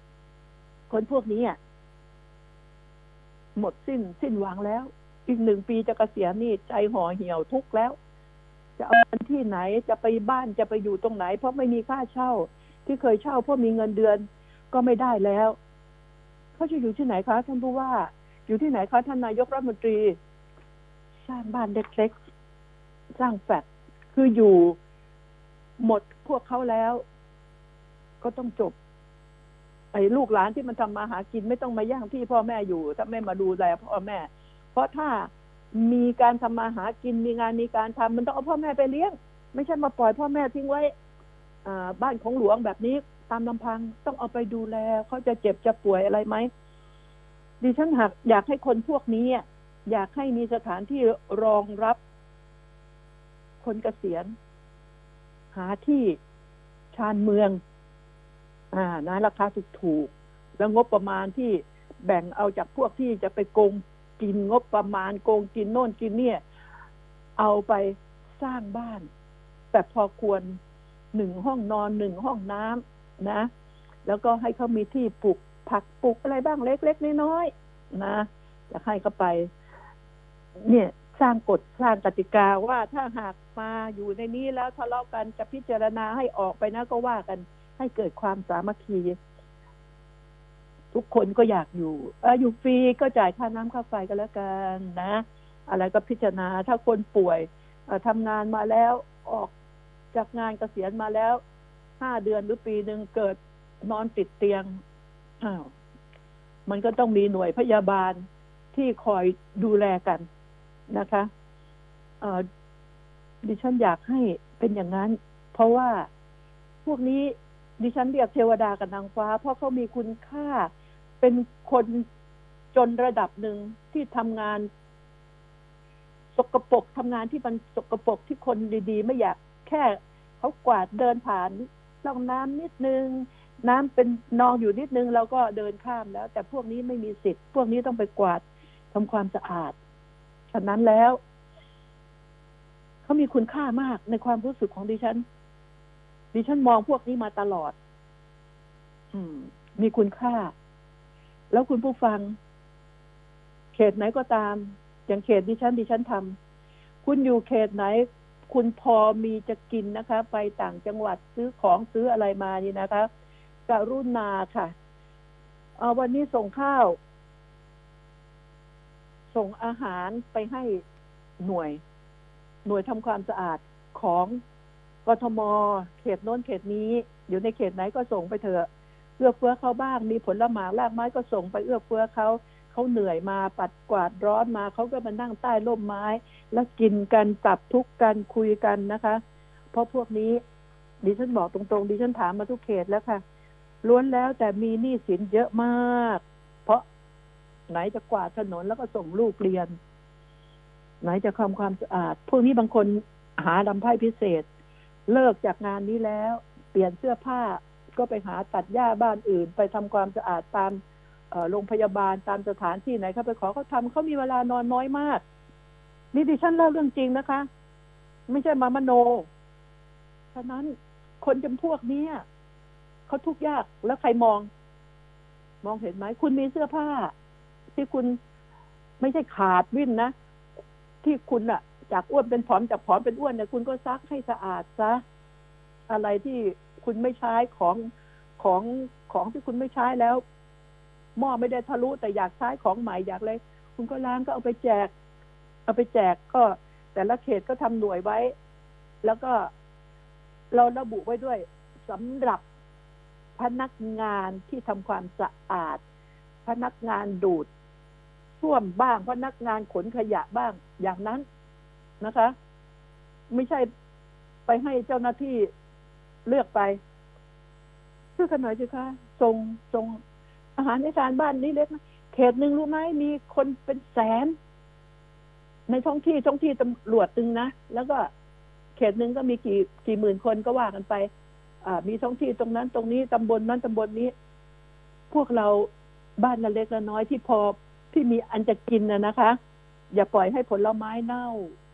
S1: คนพวกนี้อ่ะหมดสิ้นสิ้นหวังแล้วอีกหนึ่งปีจะเกษียณนี่ใจห่อเหี่ยวทุกข์แล้วจะเอาเงินที่ไหนจะไปบ้านจะไปอยู่ตรงไหนเพราะไม่มีค่าเช่าที่เคยเช่าเพราะมีเงินเดือนก็ไม่ได้แล้วเขาจะอยู่ที่ไหนคะท่านผู้ว่าอยู่ที่ไหนคะท่านนายกรัฐมนตรีสร้างบ้านเล็กๆสร้างแฟลตคืออยู่หมดพวกเขาแล้วก็ต้องจบไอ้ลูกหลานที่มันทำมาหากินไม่ต้องมาย่างที่พ่อแม่อยู่ถ้าไม่มาดูแลพ่อแม่เพราะถ้ามีการทำมาหากินมีงานมีการทำมันต้องเอาพ่อแม่ไปเลี้ยงไม่ใช่มาปล่อยพ่อแม่ทิ้งไว้บ้านของหลวงแบบนี้ตามลำพังต้องเอาไปดูแลเขาจะเจ็บจะป่วยอะไรไหมดิฉันหากอยากให้คนพวกนี้อยากให้มีสถานที่รองรับคนเกษียณหาที่ชานเมืองอ่านะราคาถูกๆแล้วงบประมาณที่แบ่งเอาจากพวกที่จะไปโกงกินงบประมาณโกงกินโน่นกินเนี่ยเอาไปสร้างบ้านแต่พอควรหนึ่งห้องนอนหนึ่งห้องน้ำนะแล้วก็ให้เขามีที่ปลูกผักปลูกอะไรบ้างเล็กๆน้อยๆนะจะให้เขาไปเนี่ยสร้างกฎสร้างกติกาว่าถ้าหากมาอยู่ในนี้แล้วทะเลาะกันจะพิจารณาให้ออกไปนะก็ว่ากันให้เกิดความสามัคคีทุกคนก็อยากอยู่เอออยู่ฟรีก็จ่ายค่าน้ำค่าไฟก็แล้วกันนะอะไรก็พิจารณาถ้าคนป่วยทำงานมาแล้วออกจากงานเกษียณมาแล้วห้าเดือนหรือปีหนึ่งเกิดนอนติดเตียงอ้าวมันก็ต้องมีหน่วยพยาบาลที่คอยดูแลกันนะคะเอ่อดิฉันอยากให้เป็นอย่างนั้นเพราะว่าพวกนี้ดิฉันเรียกเทวดากับนางฟ้าเพราะเขามีคุณค่าเป็นคนจนระดับหนึ่งที่ทำงานสกปรกทำงานที่มันสกปรกที่คนดีๆไม่อยากแค่เขากวาดเดินผ่านร่องน้ำนิดนึงน้ำเป็นนองอยู่นิดนึงเราก็เดินข้ามแล้วแต่พวกนี้ไม่มีสิทธิ์พวกนี้ต้องไปกวาดทำความสะอาดฉะนั้นแล้วเขามีคุณค่ามากในความรู้สึกของดิฉันดิฉันมองพวกนี้มาตลอดอืมมีคุณค่าแล้วคุณผู้ฟังเขตไหนก็ตามอย่างเขตดิฉันดิฉันทำคุณอยู่เขตไหนคุณพอมีจะกินนะคะไปต่างจังหวัดซื้อของซื้ออะไรมานี่นะคะกรุณาค่ะเอาวันนี้ส่งข้าวส่งอาหารไปให้หน่วยหน่วยทำความสะอาดของกทม.เขตโน้นเขตนี้อยู่ในเขตไหนก็ส่งไปเถอะเอื้อเฟื้อเขาบ้างมีผลไม้รากไม้ก็ส่งไปเอื้อเฟื้อเขาเขาเหนื่อยมาปัดกวาดร้อนมาเขาก็มานั่งใต้ร่มไม้แล้วกินกันปรับทุกข์กันคุยกันนะคะเพราะพวกนี้ดิฉันบอกตรงๆดิฉันถามมาทุกเขตแล้วค่ะล้วนแล้วแต่มีหนี้สินเยอะมากเพราะไหนจะกวาดถนนแล้วก็ส่งลูกเรียนไหนจะทำความสะอาดพวกนี้บางคนหาลำไพ่พิเศษเลิกจากงานนี้แล้วเปลี่ยนเสื้อผ้าก็ไปหาตัดหญ้าบ้านอื่นไปทำความสะอาดตามโรงพยาบาลตามสถานที่ไหนเขาไปขอเขาทำเขามีเวลานอนน้อยมากนี่ดิฉันเล่าเรื่องจริงนะคะไม่ใช่มามโนฉะนั้นคนจำพวกนี้เขาทุกข์ยากแล้วใครมองมองเห็นไหมคุณมีเสื้อผ้าที่คุณไม่ใช่ขาดวิ่นนะที่คุณอะจากอ้วนเป็นผอมจากผอมเป็นอ้วนเนี่ยคุณก็ซักให้สะอาดซะอะไรที่คุณไม่ใช้ของของของที่คุณไม่ใช้แล้วหม้อไม่ได้ทะลุแต่อยากใช้ของใหม่อยากเลยคุณก็ล้างก็เอาไปแจกเอาไปแจกก็แต่ละเขตก็ทำหน่วยไว้แล้วก็เราระบุไว้ด้วยสำหรับพนักงานที่ทำความสะอาดพนักงานดูดส้วมบ้างพนักงานขนขยะบ้างอย่างนั้นนะคะไม่ใช่ไปให้เจ้าหน้าที่เลือกไปช่วยกันหน่อยสิคะส่งส่งอาหารในจานบ้านนี้เล็กนะเขตหนึ่งรู้ไหมมีคนเป็นแสนในท้องที่ท้องที่ตำรวจตึงนะแล้วก็เขตหนึ่งก็มีกี่กี่หมื่นคนก็ว่ากันไปอ่ามีท้องที่ตรงนั้นตรงนี้ตำบลนั้นตำบลนี้พวกเราบ้านละเล็กละน้อยที่พอที่มีอันจะกินนะนะคะอย่าปล่อยให้ผลไม้เน่า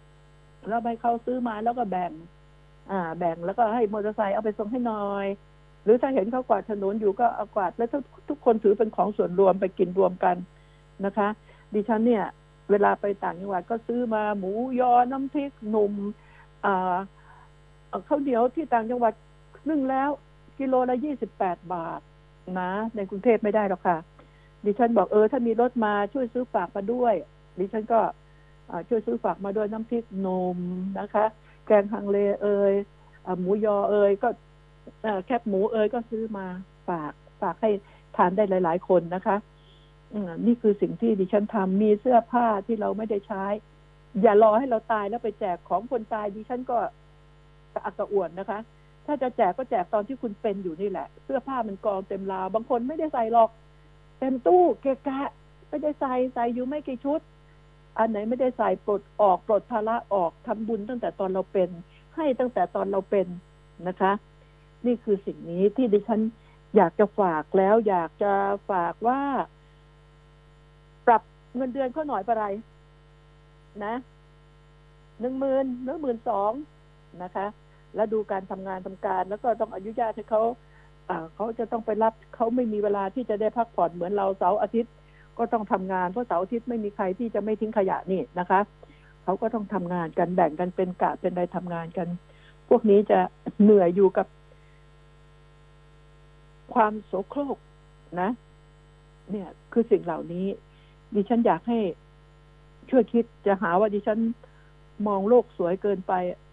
S1: แล้วไปเขาซื้อมาแล้วก็แบ่งอ่าแบ่งแล้วก็ให้มอเตอร์ไซค์เอาไปส่งให้หน่อยหรือถ้าเห็นเขากวาดถนนอยู่ก็เอากวาดแล้วทุกคนถือเป็นของส่วนรวมไปกินรวมกันนะคะดิฉันเนี่ยเวลาไปต่างจังหวัดก็ซื้อมาหมูยอน้ำพริกหนุ่มอ่าข้าวเหนียวที่ต่างจังหวัดนึ่งแล้วกิโลละยี่สิบแปดบาทนะในกรุงเทพไม่ได้หรอกค่ะดิฉันบอกเออถ้ามีรถมาช่วยซื้อฝากมาด้วยดิฉันก็ช่วยซื้อฝากมาด้วยน้ำพริกหนุ่มนะคะแกงฮังเลเอ่ยหมูยอเอ่ยก็แคบหมูเอ่ยก็ซื้อมาฝากฝากให้ทานได้หลายๆคนนะคะนี่คือสิ่งที่ดิฉันทำมีเสื้อผ้าที่เราไม่ได้ใช้อย่ารอให้เราตายแล้วไปแจกของคนตายดิฉันก็กระอักกระอ่วนนะคะถ้าจะแจกก็แจกตอนที่คุณเป็นอยู่นี่แหละเสื้อผ้ามันกองเต็มราวบางคนไม่ได้ใส่หรอกเต็มตู้เกะกะไม่ได้ใส่ใส่อยู่ไม่กี่ชุดอันไหนไม่ได้ใส่ปลดออกปลดภาระออกทำบุญตั้งแต่ตอนเราเป็นให้ตั้งแต่ตอนเราเป็นนะคะนี่คือสิ่งนี้ที่ดิฉันอยากจะฝากแล้วอยากจะฝากว่าปรับเงินเดือนเขาหน่อยอะไรนะหนึ่งหมื่นหรือหมื่นสองนะคะแล้วดูการทำงานทำการแล้วก็ต้องอนุญาตให้เขาเขาจะต้องไปรับเขาไม่มีเวลาที่จะได้พักผ่อนเหมือนเราเสาร์อาทิตย์ก็ต้องทำงานเพราะเสาร์อาทิตย์ไม่มีใครที่จะไม่ทิ้งขยะนี่นะคะเขาก็ต้องทำงานกันแบ่งกันเป็นกะเป็นรายทำงานกันพวกนี้จะเหนื่อยอยู่กับความโสโครกนะเนี่ยคือสิ่งเหล่านี้ดิฉันอยากให้ช่วยคิดจะหาว่าดิฉันมองโลกสวยเกินไป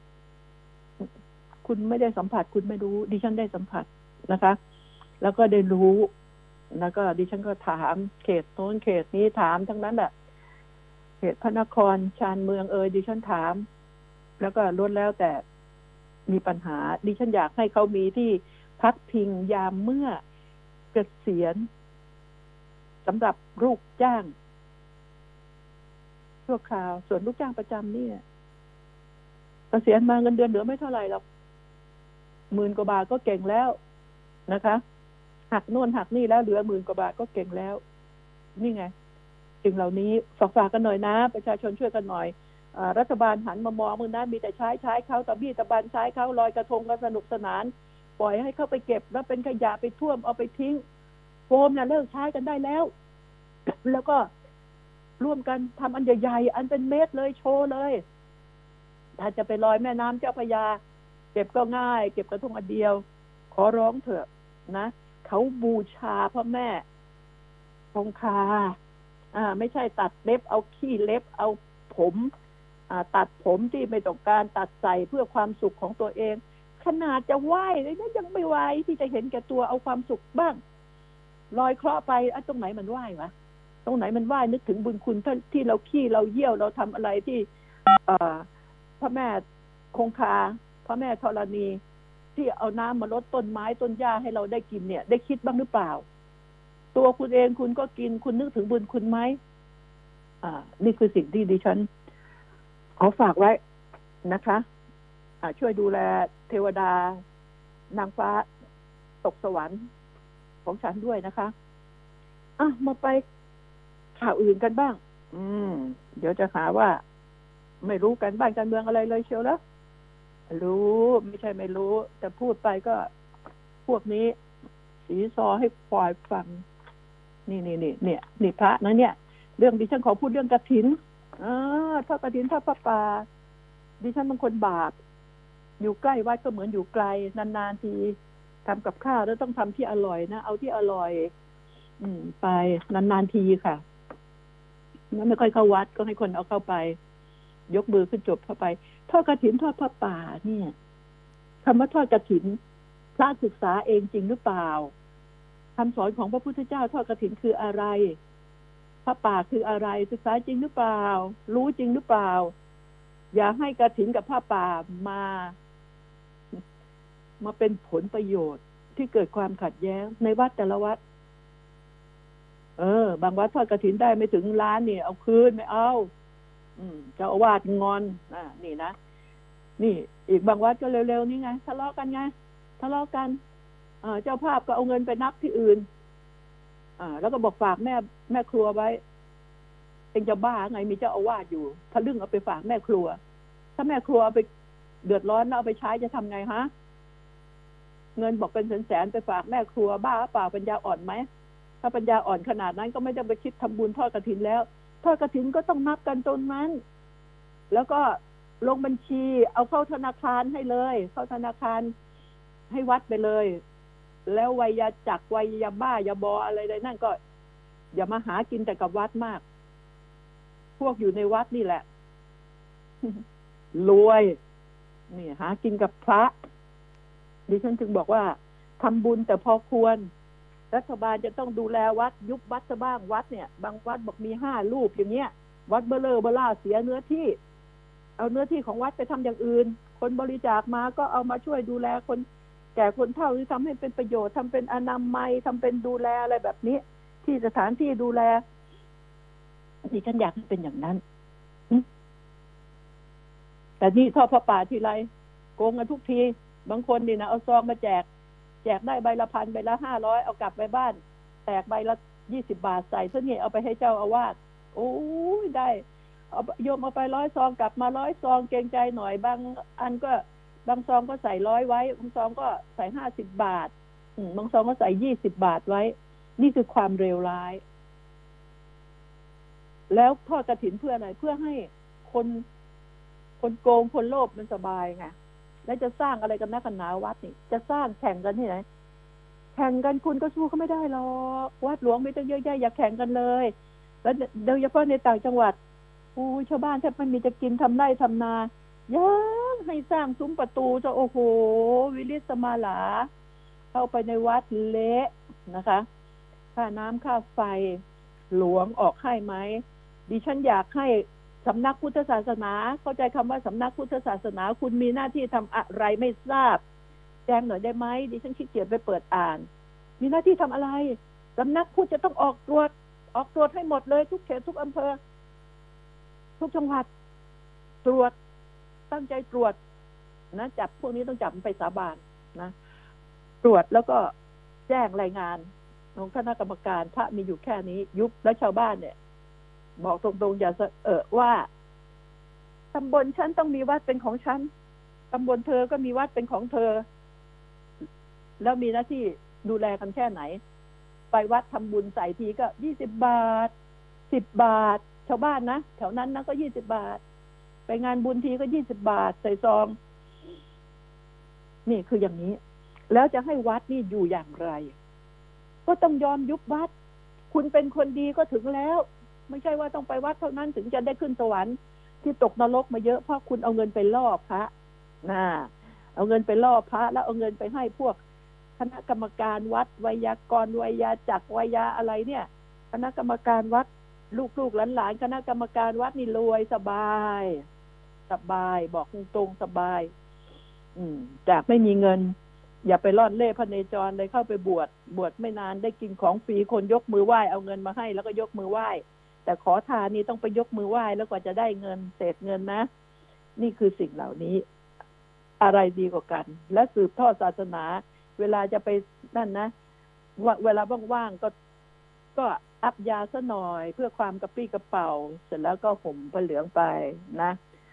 S1: คุณไม่ได้สัมผัสคุณไม่รู้ดิฉันได้สัมผัสนะคะแล้วก็ได้รู้แล้วก็ดิฉันก็ถามเขตโน้นเขตนี้ถามทั้งนั้นแหละเขตพระนครชานเมืองเอ่ยดิฉันถามแล้วก็ล้วนแล้วแต่มีปัญหาดิฉันอยากให้เขามีที่พักพิงยามเมื่อเกษียณสำหรับลูกจ้างชั่วคราวส่วนลูกจ้างประจำนี่เกษียณมาเงินเดือนเหลือไม่เท่าไหร่หรอกหมื่นกว่าบาทก็เก่งแล้วนะคะหักโน่นหักนี่แล้วเหลือหมื่นกว่าบาทก็เก่งแล้วนี่ไงสิ่งเหล่านี้ฝากฝากกันหน่อยนะประชาชนช่วยกันหน่อยรัฐบาลหันมามองมือนั้นมีแต่ใช้ใช้เขาตะบี้ตะบันใช้เขาลอยกระทงกันสนุกสนานปล่อยให้เข้าไปเก็บแล้วเป็นขยะไปท่วมเอาไปทิ้งโฟมน่ะเลิกใช้กันได้แล้วแล้วก็ร่วมกันทำอันใหญ่ๆอันเป็นเมตรเลยโชว์เลยถ้าจะไปลอยแม่น้ำเจ้าพระยาเก็บก็ง่ายเก็บกระทงอันเดียวขอร้องเถอะนะเขาบูชาพระแม่คงคาอ่าไม่ใช่ตัดเล็บเอาขี้เล็บเอาผมอ่าตัดผมที่ไม่ต้องการตัดใส่เพื่อความสุขของตัวเองขนาดจะไหว้เลยนะยังไม่ไหวที่จะเห็นแก่ตัวเอาความสุขบ้างลอยเคราะห์ไปอ่ะตรงไหนมันไหว้วะตรงไหนมันไหว้นึกถึงบุญคุณที่เราขี้เราเยี่ยวเราทำอะไรที่เอ่อพระแม่คงคาพระแม่ธรณีที่เอาน้ำมาลดต้นไม้ต้นหญ้าให้เราได้กินเนี่ยได้คิดบ้างหรือเปล่าตัวคุณเองคุณก็กินคุณนึกถึงบุญคุณไหมอ่านี่คือสิ่งที่ดิฉันขอฝากไว้นะคะอ่าช่วยดูแลเทวดานางฟ้าตกสวรรค์ของฉันด้วยนะคะอ่ะมาไปข่าวอื่นกันบ้างอืมเดี๋ยวจะหาว่าไม่รู้กันบ้านการเมืองอะไรเลยเชียวแล้วรู้ไม่ใช่ไม่รู้แต่พูดไปก็พวกนี้สีซอให้ปล่อยฟังนี่นี่นี่เนี่ยนี่พระนะเนี่ยเรื่องดิฉันขอพูดเรื่องกฐินอ่าทอดกฐินทอดผ้าป่าดิฉันบางคนบาปอยู่ใกล้วัดก็เหมือนอยู่ไกลนานๆทีทำกับข้าวแล้วต้องทำที่อร่อยนะเอาที่อร่อยอืมไปนานๆทีค่ะงั้นไม่ค่อยเข้าวัดก็ให้คนเอาเข้าไปยกมือขึ้นจบเข้าไปทอดกฐินทอดผ้าป่าเนี่ยคำว่าทอดกฐินพระศึกษาเองจริงหรือเปล่าคำสอนของพระพุทธเจ้าทอดกฐินคืออะไรผ้าป่าคืออะไรศึกษาจริงหรือเปล่ารู้จริงหรือเปล่าอย่าให้กฐินกับผ้าป่ามามาเป็นผลประโยชน์ที่เกิดความขัดแย้งในวัดแต่ละวัดเออบางวัดทอดกฐินได้ไม่ถึงล้านเนี่ยเอาคืนไม่เอาอืมเจ้าอาวาสงอนอ่านี่นะนี่อีกบางวัดก็เร็วๆนี่ไงทะเลาะกันไงทะเลาะกันอ่าเจ้าภาพก็เอาเงินไปนับที่อื่นอ่าแล้วก็บอกฝากแม่แม่ครัวไว้เองจะบ้าไงมีเจ้าอาวาสอยู่ทะลึ่งเอาไปฝากแม่ครัวถ้าแม่ครัวเอาไปเดือดร้อนแล้วเอาไปใช้จะทำไงฮะเงินบอกเป็นแสนๆไปฝากแม่ครัวบ้าเปล่าปัญญาอ่อนไหมถ้าปัญญาอ่อนขนาดนั้นก็ไม่ต้องไปคิดทำบุญทอดกฐินแล้วทอดกฐินก็ต้องนับกันตรงนั้นแล้วก็ลงบัญชีเอาเข้าธนาคารให้เลยเข้าธนาคารให้วัดไปเลยแล้ววัยจักรวัยยาบ้ายาบออะไรใดนั่นก็อย่ามาหากินแต่กับวัดมากพวกอยู่ในวัดนี่แหละ รวยนี่หากินกับพระดิฉันจึงบอกว่าทำบุญแต่พอควรรัฐบาลจะต้องดูแลวัดยุบวัดซะบ้างวัดเนี่ยบางวัดบอกมีห้ารูปอย่างเงี้ยวัดเบลเลอร์เบล่าเสียเนื้อที่เอาเนื้อที่ของวัดไปทำอย่างอื่นคนบริจาคมาก็เอามาช่วยดูแลคนแก่คนเฒ่าที่ทำให้เป็นประโยชน์ทำเป็นอนามัยทำเป็นดูแลอะไรแบบนี้ที่สถานที่ดูแลดิฉันอยากให้เป็นอย่างนั้นแต่นี่ทอดผ้าป่าทีไรโกงกันทุกทีบางคนนี่นะเอาซองมาแจกแจกได้ใบละพันใบละห้าร้อยเอากลับไปบ้านแตกใบละยี่สิบบาทใส่เท่านี้เอาไปให้เจ้าอาวาสโอ้ยได้เอาโยมเอาไปร้อยซองกลับมาร้อยซองเกรงใจหน่อยบางอันก็บางซองก็ใส่ร้อยไว้บางซองก็ใส่ห้าสิบบาทบางซองก็ใส่ยี่สิบบาทไว้นี่คือความเลวร้ายแล้วทอดกฐินเพื่ออะไรเพื่อให้คนคนโกงคนโลภมันสบายไงแล้วจะสร้างอะไรกันนักกันหนาวัดนี่จะสร้างแข่งกันที่ไหนแข่งกันคุณก็สู้เขาไม่ได้หรอกวัดหลวงไม่ต้องเยอะแยะอย่าแข่งกันเลยแล้วโดยเฉพาะในต่างจังหวัดอู้ชาวบ้านแทบไม่มีจะกินทำไร่ทำนายังให้สร้างซุ้มประตูจะโอ้โหวิริสมาลาเข้าไปในวัดเละนะคะค่าน้ำค่าไฟหลวงออกให้ไหมดิฉันอยากให้สำนักพุทธศาสนาเข้าใจคำว่าสำนักพุทธศาสนาคุณมีหน้าที่ทำอะไรไม่ทราบแจ้งหน่อยได้ไหมดิฉันขี้เกียจไปเปิดอ่านมีหน้าที่ทำอะไรสำนักพุทธจะต้องออกตรวจออกตรวจให้หมดเลยทุกเขตทุกอำเภอทุกจังหวัดตรวจตั้งใจตรวจนะจับพวกนี้ต้องจับไปสาบานนะตรวจแล้วก็แจ้งรายงานของคณะกรรมการพระมีอยู่แค่นี้ยุบและชาวบ้านเนี่ยบอกตรงๆอย่าเออว่าตำบลฉันต้องมีวัดเป็นของฉันตำบลเธอก็มีวัดเป็นของเธอแล้วมีหน้าที่ดูแลกันแค่ไหนไปวัดทำบุญใส่ทีก็ยี่สิบบาทสิบบาทชาวบ้านนะแถวนั้นนะก็ยี่สิบบาทไปงานบุญทีก็ยี่สิบบาทใส่ซองนี่คืออย่างนี้แล้วจะให้วัดนี่อยู่อย่างไรก็ต้องยอมยุบวัดคุณเป็นคนดีก็ถึงแล้วไม่ใช่ว่าต้องไปวัดเท่านั้นถึงจะได้ขึ้นสวรรค์ที่ตกนรกมาเยอะเพราะคุณเอาเงินไปล่อพระนะเอาเงินไปล่อพระแล้วเอาเงินไปให้พวกคณะกรรมการวัดไวยากรณ์ไวยาจักรไวยาอะไรเนี่ยคณะกรรมการวัดลูกๆหลานๆคณะกรรมการวัดนี่รวยสบายสบายบอกตรงๆสบายอืมจากไม่มีเงินอย่าไปล่อนเล่พเนจรเลยเข้าไปบวชบวชไม่นานได้กินของฟรีคนยกมือไหว้เอาเงินมาให้แล้วก็ยกมือไหว้แต่ขอทานนี่ต้องไปยกมือไหว้แล้วกว่าจะได้เงินเศษเงินนะนี่คือสิ่งเหล่านี้อะไรดีกว่ากันและสืบทอดศาสนาเวลาจะไปนั่นนะว่าเวลาว่างๆก็ก็อัพยาซะหน่อยเพื่อความกระปรี้กระเป๋าเสร็จแล้วก็ห่มผ้าเหลืองไปนะ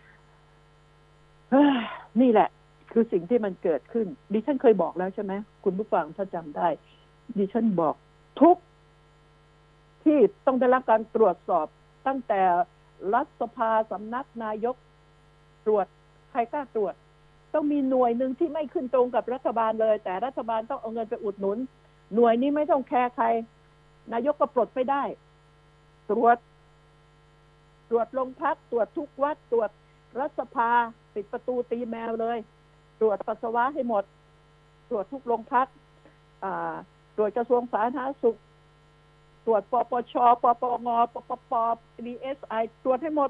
S1: นี่แหละคือสิ่งที่มันเกิดขึ้นดิฉันเคยบอกแล้วใช่ไหมคุณผู้ฟังถ้าจำได้ดิฉันบอกทุกที่ต้องได้รับการตรวจสอบตั้งแต่รัฐสภาสำนักนายกตรวจใครกล้าตรวจต้องมีหน่วยหนึ่งที่ไม่ขึ้นตรงกับรัฐบาลเลยแต่รัฐบาลต้องเอาเงินไปอุดหนุนหน่วยนี้ไม่ต้องแคร์ใครนายกก็ปลดไม่ได้ตรวจตรวจโรงพักตรวจทุกวัดตรวจรัฐสภาปิดประตูตีแมวเลยตรวจปัสสาวะให้หมดตรวจทุกโรงพักตรวจกระทรวงสาธารณสุขตรวจปปชปปงปปป ดี เอส ไอ ตรวจให้หมด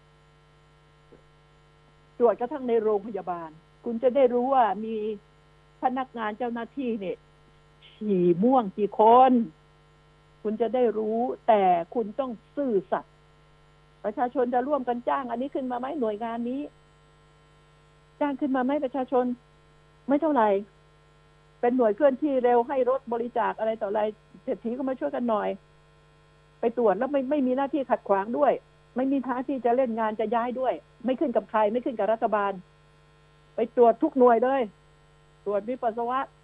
S1: ตรวจกระทั่งในโรงพยาบาลคุณจะได้รู้ว่ามีพนักงานเจ้าหน้าที่เนี่ยฉี่ม่วงกี่คนคุณจะได้รู้แต่คุณต้องซื่อสัตย์ประชาชนจะร่วมกันจ้างอันนี้ขึ้นมาไหมหน่วยงานนี้จ้างขึ้นมาไหมประชาชนไม่เท่าไหร่เป็นหน่วยเคลื่อนที่เร็วให้รถบริจาคอะไรต่ออะไรเศรษฐีก็มาช่วยกันหน่อยไปตรวจแล้วไม่ไม่มีหน้าที่ขัดขวางด้วยไม่มีท่าที่จะเล่นงานจะย้ายด้วยไม่ขึ้นกับใครไม่ขึ้นกับรัฐบาลไปตรวจทุกหน่วยเลยตรวจมีปัสสาวะ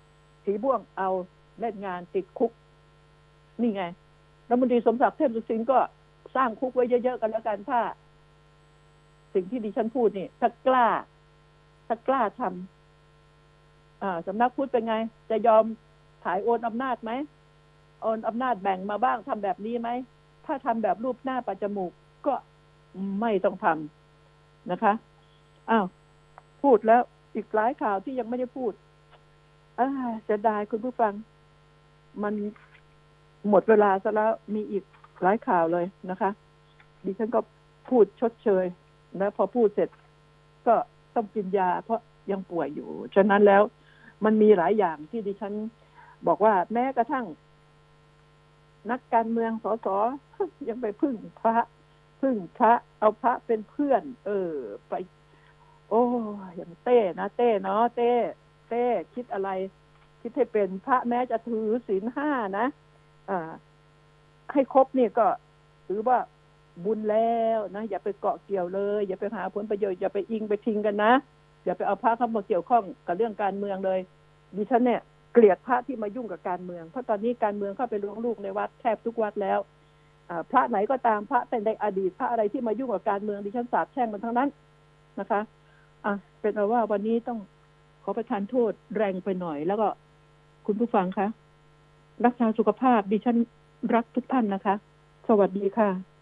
S1: สีบ่วงเอาเล่นงานติดคุกนี่ไงรัฐมนตรีสมศักดิ์เทพสุทินก็สร้างคุกไว้เยอะๆกันแล้วกันถ้าสิ่งที่ดิฉันพูดนี่ถ้ากล้าถ้ากล้าทำอ่าสำนักพุทธเป็นไงจะยอมถ่ายโอนอำนาจไหมโอนอำนาจแบ่งมาบ้างทำแบบนี้ไหมถ้าทำแบบรูปหน้าปัจจมูกก็ไม่ต้องทำนะคะอ้าวพูดแล้วอีกหลายข่าวที่ยังไม่ได้พูดอ่าเสียดายคุณผู้ฟังมันหมดเวลาซะแล้วมีอีกหลายข่าวเลยนะคะดิฉันก็พูดชดเชยนะพอพูดเสร็จก็ต้องกินยาเพราะยังป่วยอยู่ฉะนั้นแล้วมันมีหลายอย่างที่ดิฉันบอกว่าแม้กระทั่งนักการเมืองสสยังไปพึ่งพระพึ่งพระเอาพระเป็นเพื่อนเออไปโอ้อย่างเต้นะเต้เนาะเต้เต้คิดอะไรคิดให้เป็นพระแม้จะถือศีลห้านะอ่าให้ครบนี่ก็ถือว่าบุญแล้วนะอย่าไปเกาะเกี่ยวเลยอย่าไปหาผลประโยชน์อย่าไปอิงไปทิ้งกันนะอย่าไปเอาพระเข้ามาเกี่ยวข้องกับเรื่องการเมืองเลยดิฉันเนี่ยเกลียดพระที่มายุ่งกับการเมืองเพราะตอนนี้การเมืองเข้าไปล้วงลูกในวัดแทบทุกวัดแล้วพระไหนก็ตามพระเป็นในอดีตพระอะไรที่มายุ่งกับการเมืองดิฉันสาปแช่งมันทั้งนั้นนะคะอ่ะเป็นเอาว่าวันนี้ต้องขอประทานโทษแรงไปหน่อยแล้วก็คุณผู้ฟังคะรักษาสุขภาพดิฉันรักทุกท่านนะคะสวัสดีค่ะ